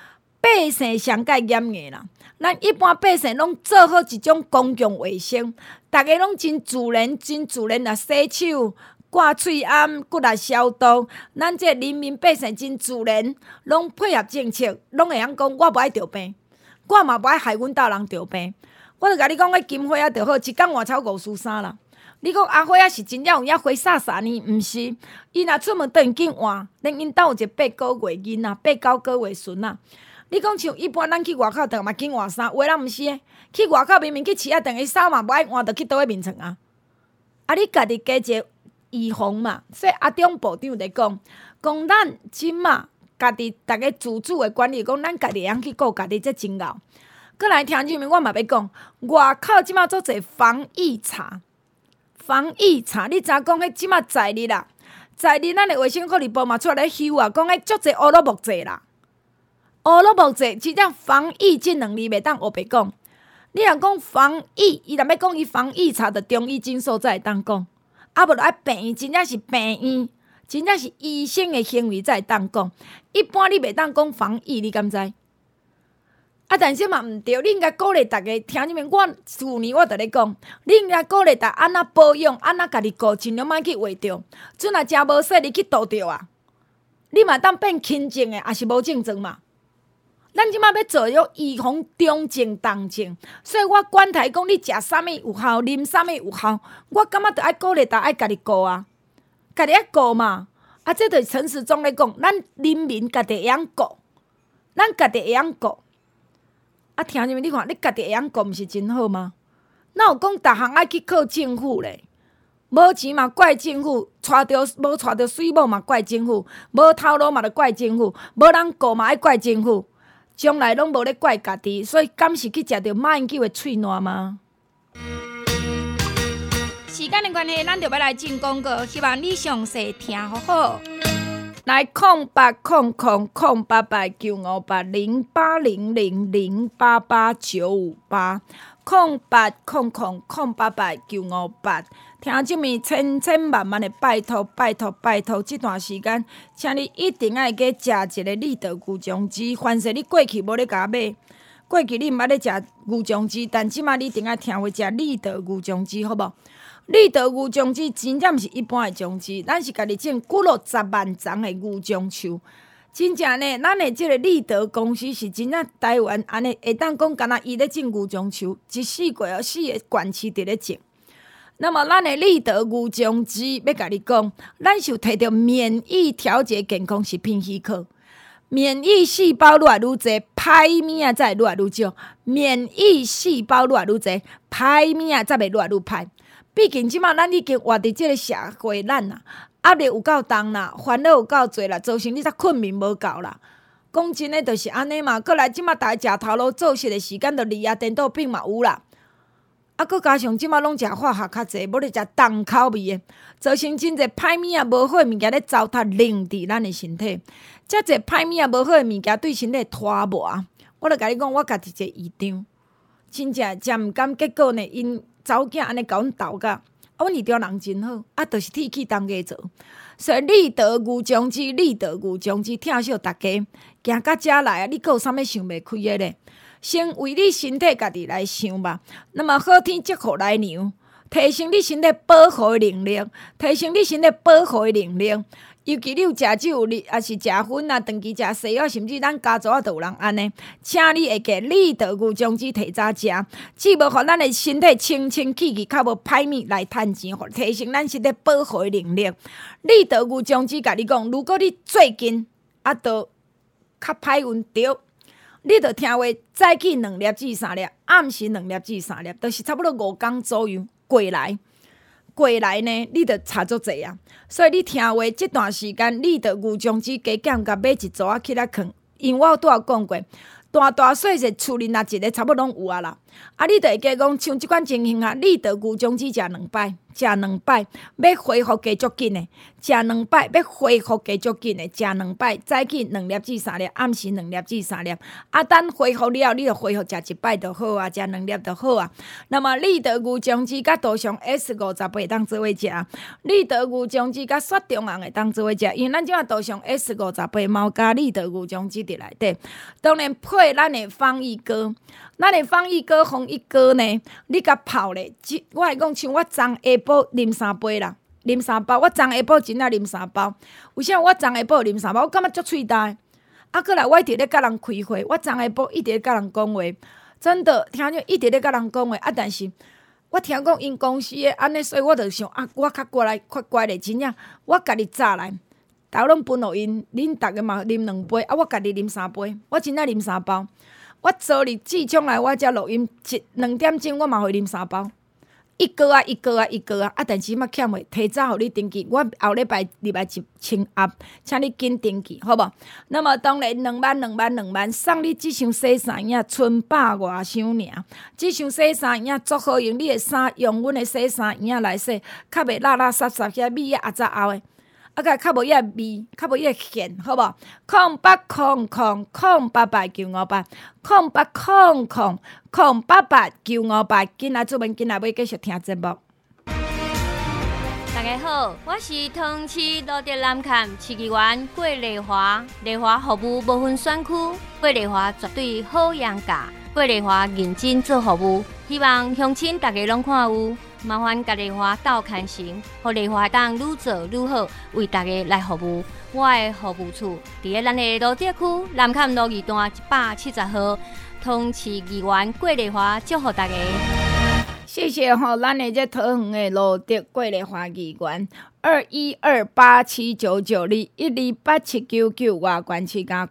百姓上介严格啦。咱一般百姓拢做好一种公共卫生，大家拢真自然来洗手、挂喙罨、骨力消毒。咱这人民百姓真自然，拢配合政策，拢会晓讲我无爱着病，我嘛无爱害阮大人着病。我著甲你讲，迄金花啊着好，一工换超543啦。你讲阿花啊是真正有影花3年，毋是？伊若出门等紧换，连因兜有一个8个月囡仔，8、9个月孙仔。你讲像一般咱去外口等嘛紧换衫，有诶人毋是诶，去外口明明去饲啊等伊衫嘛无爱换，着去倒咧眠床啊。啊，你家己加一个预防嘛。所以阿中部长咧讲咱即马家己逐个自主诶管理，讲咱家己会晓去顾家己，这真敖。过来听入面，我嘛要讲，外口即马做者防疫查，你知影讲迄即马在日啦，在日咱诶卫生福利部嘛出来咧休啊，讲迄足侪乌鲁木齐啦。乌鲁木齐真正防疫即2字袂当黑白讲。你若讲防疫，伊若要讲伊防疫查，着中医诊所才会当讲。啊，无着爱病院，真正是病院，真正是医生的行为才会当讲。一般你袂当讲防疫，你敢知？啊，但是嘛毋对，你应该鼓励大家听入面。我去年我着咧讲，你应该鼓励大家安怎保养，安怎家己顾，尽量莫去画着。阵若真无说，你去倒着啊，你嘛当变轻症的，也是无症状嘛。咱即马要做要预防中症、重症，所以我管台讲你食啥物有效，啉啥物有效，我感觉着爱鼓励大家爱家己顾啊，家己爱顾嘛。啊，这就是陈时中咧讲，咱人民家己会晓顾，咱家己会晓顾。啊，听入面你看，你家己会晓顾，毋是真好吗？哪有讲逐项爱去靠政府咧？无钱嘛怪政府，无带着水某嘛怪政府，无头路嘛着怪政府，无人顾嘛爱怪政府。将来拢无咧怪家己，所以敢是去食着马英九的喙烂吗？时间的关系，咱就要来进广告，希望你详细听好好。来0800-958-0800-0800-088958。0800-088-958，听这面千万的拜托，这段时间，请你一定爱去食一个立德牛酱鸡。凡是你过去无咧甲买，过去你毋捌咧食牛酱鸡，但即马你一定爱听话食立德牛酱鸡，好无？立德牛酱鸡真正毋是一般的酱鸡，咱是家己种几60万丛的牛酱树。真正呢，咱的即个立德公司是真正台湾安尼会当讲，敢若伊咧种牛樟树，一四季4个县市伫咧种。那么咱的立德牛樟鸡要甲你讲，咱是有摕到免疫调节健康食品许可，免疫细胞愈来愈侪，歹物仔才会愈来愈少。免疫细胞愈来愈侪，歹物仔才会愈来愈歹。毕竟即马咱已经活伫即个社会，咱啊。压力有够重啦，烦恼有够侪啦，造成你才困眠无够啦。讲真诶，就是安尼嘛。过来即马大家食头路做事诶时间，就离啊颠倒病嘛有啦。啊，搁加上即马拢食化学较侪，无咧食重口味诶，造成真侪歹物仔无好诶物件咧糟蹋凝伫咱诶身体。遮侪歹物仔无好诶物件对身体拖磨。我著甲你讲，我家己一个姨丈，真正食毋甘，结果呢，因查某囝安尼甲阮斗甲。啊，阮姨丈人真好，啊，就是铁器当家做，所以立德牛酱鸡，听惜大家行到遮来啊！你阁有啥物想袂开的咧？先为你身体家己来想吧。那么好天祝福来娘，提升你身体保护的能力，尤其你有食酒，也是食薰啊，长期食西药，甚至咱家族啊，都有人安尼，请你会记立德牛酱鸡提早食，既无互咱的身体清清气气，较无歹物来趁钱，提升咱身体保护的能力。立德牛酱鸡甲你讲，如果你最近啊，都较歹运着，你着听话，早起2粒至3粒，暗时2粒至3粒，就是差不多5天左右过来呢，你着差足济啊！所以你听话，这段时间你着牛酱鸡加减甲买一组仔起来囥，因为我拄仔讲过，大细细厝里若一个差不多拢有啊啦。 你就会记讲，像即款情形啊，你得牛种子食2摆，食2摆，要恢复加足紧的；食2摆，要恢复加足紧的；食2摆，早起2粒至3粒，暗时2粒至3粒。等恢复了，你就恢复食1摆就好啊，食2粒就好啊。那么你得牛种子甲杜上 S50会当做伙食，你得牛种子甲雪中红会当做伙食，因为咱即马杜上 S50毛加你得牛种子伫内底，当然配咱的防疫膏。咱的防疫膏、防疫膏呢，你甲泡咧，我会讲像我昨下晡啉3杯啦，啉3包。我昨下晡真正啉3包。为啥我昨下晡啉3包？我感觉足喙焦。过来我一直咧甲人开会，我昨下晡一直咧甲人讲话，真的听着一直咧甲人讲话。但是我听讲因公司的安尼，所以我就想我较过来较乖咧，真正我家己早来，大拢分互因，恁逐个嘛啉2杯，我家己啉3杯，我真正啉3包。我昨日志昌来我遮录音，2点钟我嘛会啉3包，一个啊，但是嘛欠袂，提早互你登记，我后礼拜1清压，请你紧登记，好无？那么当然2万，送你即箱洗衫液，剩100外箱尔。即箱洗衫液足好用，你的衫用阮的洗衫液来洗，较袂垃垃圾圾遐米啊杂后的。较无遐味，较无遐咸，好无？0800080008009898，紧来出门，紧来要继续听节目。 大家好，我是通市罗德南崁市议员郭丽华。丽华服务无分选区，郭丽华绝对好养价。郭丽华认真做服务，希望乡亲大家拢看有。麻烦甲丽华斗牵成，互丽华当愈做愈好，为大家来服务。我的服务处伫咧咱的罗德区南崁路2段170号，通市议员郭丽华祝福大家。 谢谢咱的这桃园的罗德郭丽华议员，212879921287999外县市加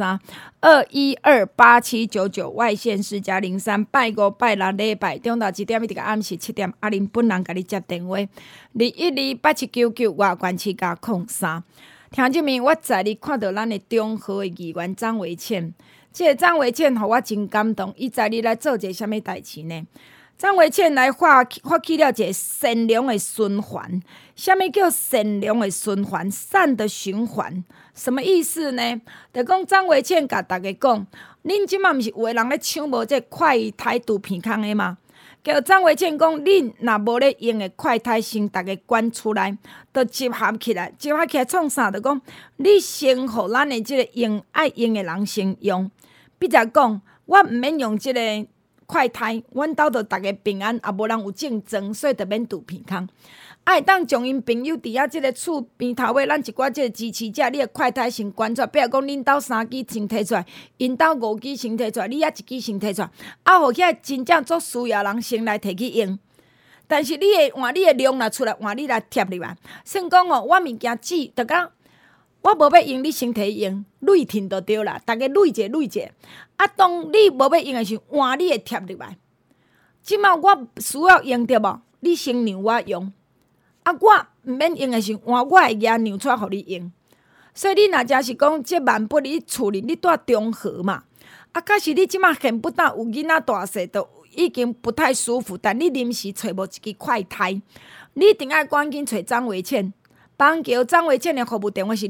03，2128799外县市加03，拜5拜6礼拜中昼1点一直到暗时7点，恁本人甲你接电话，2128799外县市加03。听这面，我昨日看到咱的中和的议员张维倩，这个张维倩，互我真感动。伊昨日来做一个什么代志呢？张维倩来发起了一个善良的循环。什么叫善良的循环？善的循环，什么意思呢？就讲张维倩甲大家讲，恁即满毋是有个人咧抢无这快胎毒片空的吗？叫张维倩讲，恁若无咧用的快胎，先大家关出来，就集合起来，创啥？就讲你先互咱的即个爱用的人先用。比如讲，我毋免用即个快胎，阮兜着逐个平安，也无人有竞争，所以就免毒片空。会当将因朋友伫遐即个厝边头尾，咱一寡即个支持者，你的快胎先关出来。比如讲，恁兜3支先摕出来，因兜5支先摕出来，你遐1支先摕出来，互遐真正做需要人先来摕去用。但是你的换你的量若出来，换你来贴入来。算讲我物件纸，就讲我无要用，你先摕用，累停就对啦。逐个累者。当你无要用的时候，换你的贴入来。即摆我需要用着无？你先让我用。我毋免用的时候，我会拿让出来互你用。所以你若真是讲，这万不你厝里你住中和嘛？假使你即摆现不但有囡仔大细，都已经不太舒服，但你临时找无一支快胎，你一定要赶紧找张维倩。邦桥张维倩的服务电话是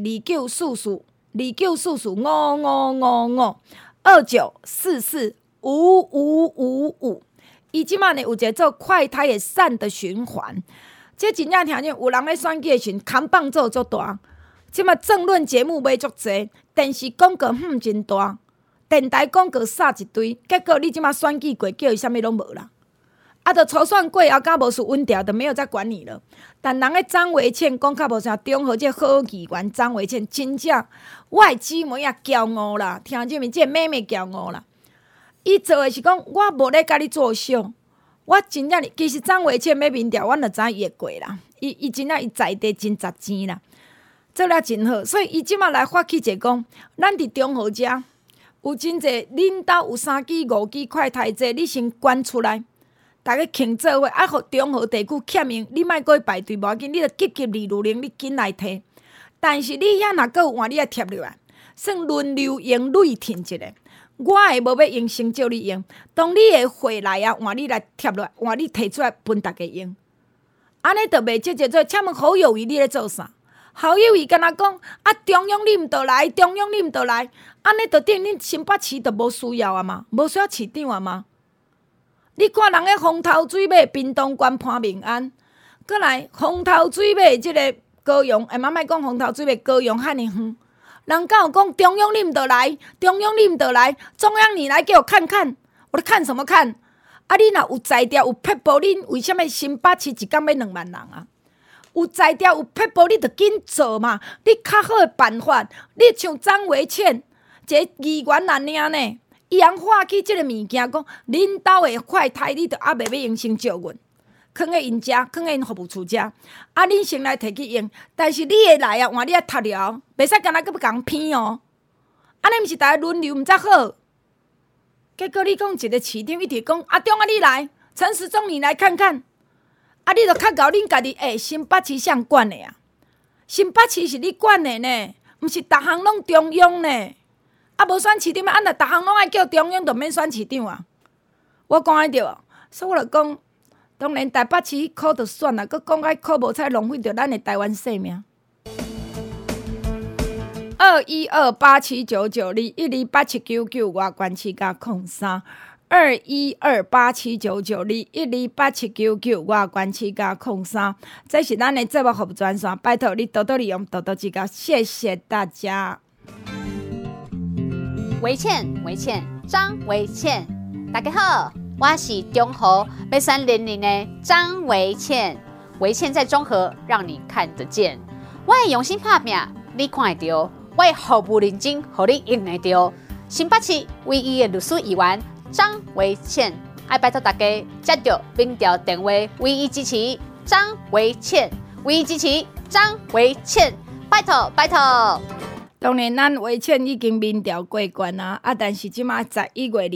294429445555。伊即摆呢有一个做快胎的善的循环。这真正听见有人咧选举的时阵，扛棒做足大。即马政论节目买足济，电视广告真大，电台广告撒一堆，结果你即马选举过，叫伊啥物拢无啦。就初选过后，甲无事稳掉，就没有再管你了。但人个张维倩讲较无啥，中和这好议员张维倩，真正我的姊妹也骄傲啦，听见没？这妹妹骄傲啦。伊做的是讲，我无咧甲你作秀。我真正其实张维倩要民调，阮就知伊会过啦。伊真正伊在地真值钱啦，做了真好。所以伊即马来发起者讲，咱伫中和遮有真济，恁兜有3支5支快胎剂，你先关出来，大家庆做伙，互中和地区欠用，你莫过去排队，无要紧，你着急220，你紧来摕。但是你遐若阁有换，你要贴入来，算轮流用累停一下。 我会无要用先借你用。当你的货来啊，换你来贴落，换你摕出来分大家用。安尼就袂直接做。请问侯友宜你咧做啥？侯友宜敢若讲啊，中央你毋倒来，中央你毋倒来，安尼就等恁新北市就无需要啊嘛，无需要市长啊嘛。你看人个风头水尾屏东县潘明安，过来风头水尾即个高雄，莫讲风头水尾高雄遐尼远，人敢有讲中央你毋倒来，中央你毋倒来，中央你来给我看看，我咧看什么看？啊，你若有才调有撇步，恁为什么新北市一工要2万人啊？有才调有撇步，你着紧做嘛！你较好的办法，你像张维倩，一个议员安尼呢，伊通发起即个物件，讲恁兜的快贷，你着还袂要用先借阮，囥喺因遮，囥喺因服务处遮，啊，恁先来摕去用。但是你会来啊，换你啊读了，袂使干那阁要共骗哦。安尼毋是大家轮流毋则好？结果你讲一个市长一直讲啊，中啊你来，陈时中你来看看。啊！你著较搞恁家己，新北市谁管的啊？新北市是你管的呢，毋是逐项拢中央呢。啊，无选市长，啊，若逐项拢爱叫中央，就免选市长啊。我讲得着，所以我著讲，当然台北市考着选啊，佮讲爱考无采，浪费着咱的台湾生命。212879921287992外关市加03。212879921287992外关市加03，这是咱的节目服务专线，拜托你多多利用，多多指教，谢谢大家。 维倩，张维倩，大家好，我是中和北山林林的张维倩。维倩在中和，让你看得见。我会用心打拼，你看得到；我会服务认真，互你用得到。新北市唯一的律师议员。张维倩，爱拜托大家接到民调电话，唯一支持张维倩，唯一支持张维倩，拜托拜托。 当然，咱维倩已经民调过关啊，但是即马11月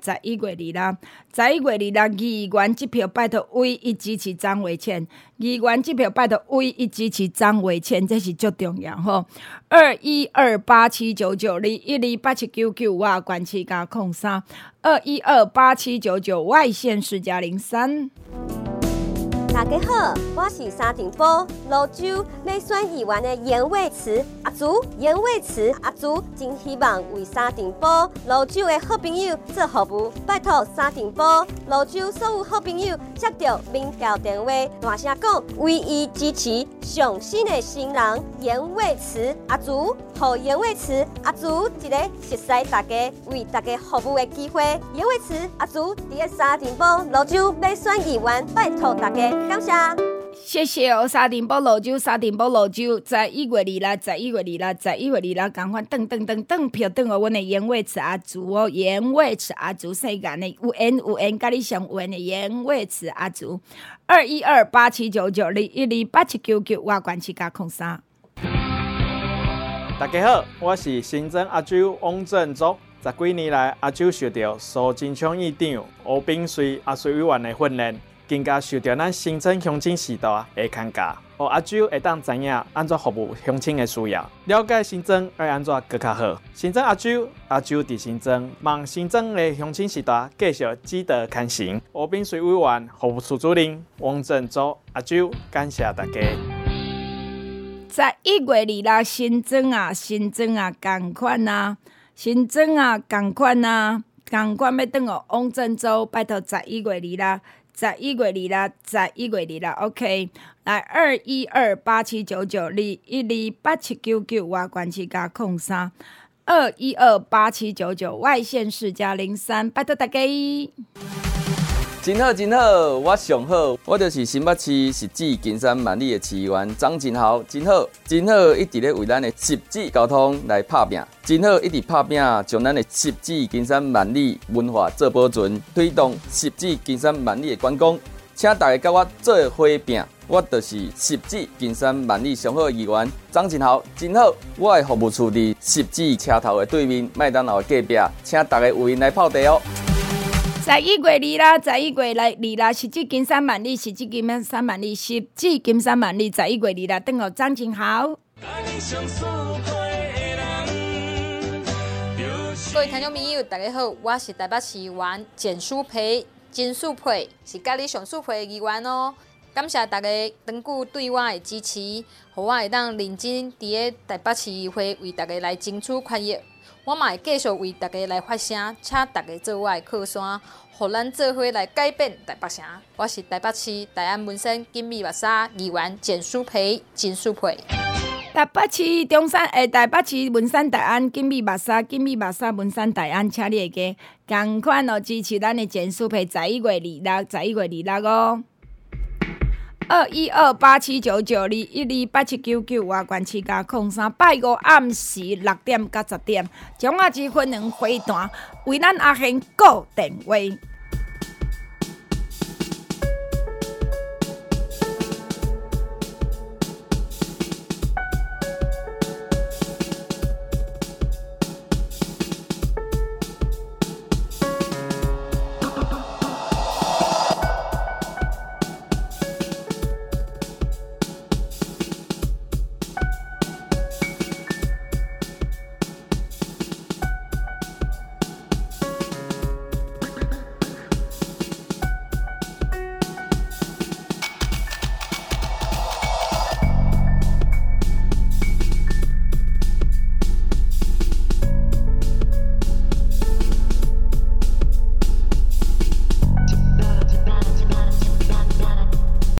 26，议员这票拜托唯一支持张维倩，议员这票拜托唯一支持张维倩，这是足重要吼。212879921287992外关市加03，2128799外县市加03。 大家好，我是沙尘暴蘆洲要选议员的严伟慈阿祖，真希望为沙尘暴蘆洲的好朋友做服务，拜托沙尘暴蘆洲所有好朋友接到民调电话，大声讲唯一支持上新的新人严伟慈阿祖，予严伟慈阿祖一个熟悉大家、为大家服务的机会。严伟慈阿祖伫个沙尘暴蘆洲要选议员，拜托大家。感谢， 谢谢哦！沙尘暴蘆洲，11月26，赶快登票登我的严伟慈阿祖哦，严伟慈阿祖世间的有缘，甲你上有缘的严伟慈阿祖，212879921287992外关市加03。 大家好，我是新增阿周汪振祖。10几年来，阿周受到苏贞昌议长吴秉叡阿水委员的训练。更加受到咱新增乡亲时代的看教，互阿周会当知影安怎服务乡亲的需要，了解新增要安怎更较好。新增阿周伫新增，望新增的乡亲时代继续指导牵行。吴秉叡委员服务处主任汪振祖阿周，感谢大家。 11月26新增啊，同款啊，共款要转互汪振祖，拜托11月26 ，OK， 来212879921287992外关市加03，2128799外县市加03，拜托大家。 真好，我上好，我就是新北市实质金山万里的市议员张真豪，真好，一直咧为咱的实质交通来拍拼，真好，一直拍拼，将咱的实质金山万里文化做保存，推动实质金山万里的观光，请大家甲我做伙拼，我就是实质金山万里上好的议员张真豪，真好，我的服务处伫实质车头的对面，麦当劳的隔壁，请大家有缘来泡茶哦。 11月26，实质金山万里，11月26，等候张真豪。 各位听众朋友，大家好，我是台北市议员简淑培，金淑培是家里上淑培的议员哦。感谢大家长久对我的支持，让我会当认真伫个台北市议会为大家来争取权益。我嘛会继续为大家来发声，请大家做我的靠山，互咱做伙来改变台北城。我是台北市大安文山金美目沙议员简淑培，金淑培。 台北市中山台北市文山大安金美目沙文山大安，请你会加同款哦支持咱的简淑培11月26哦。212879921287999外关市加03拜五暗时6點到10點，掌握之分能回弹，为咱阿贤固定位。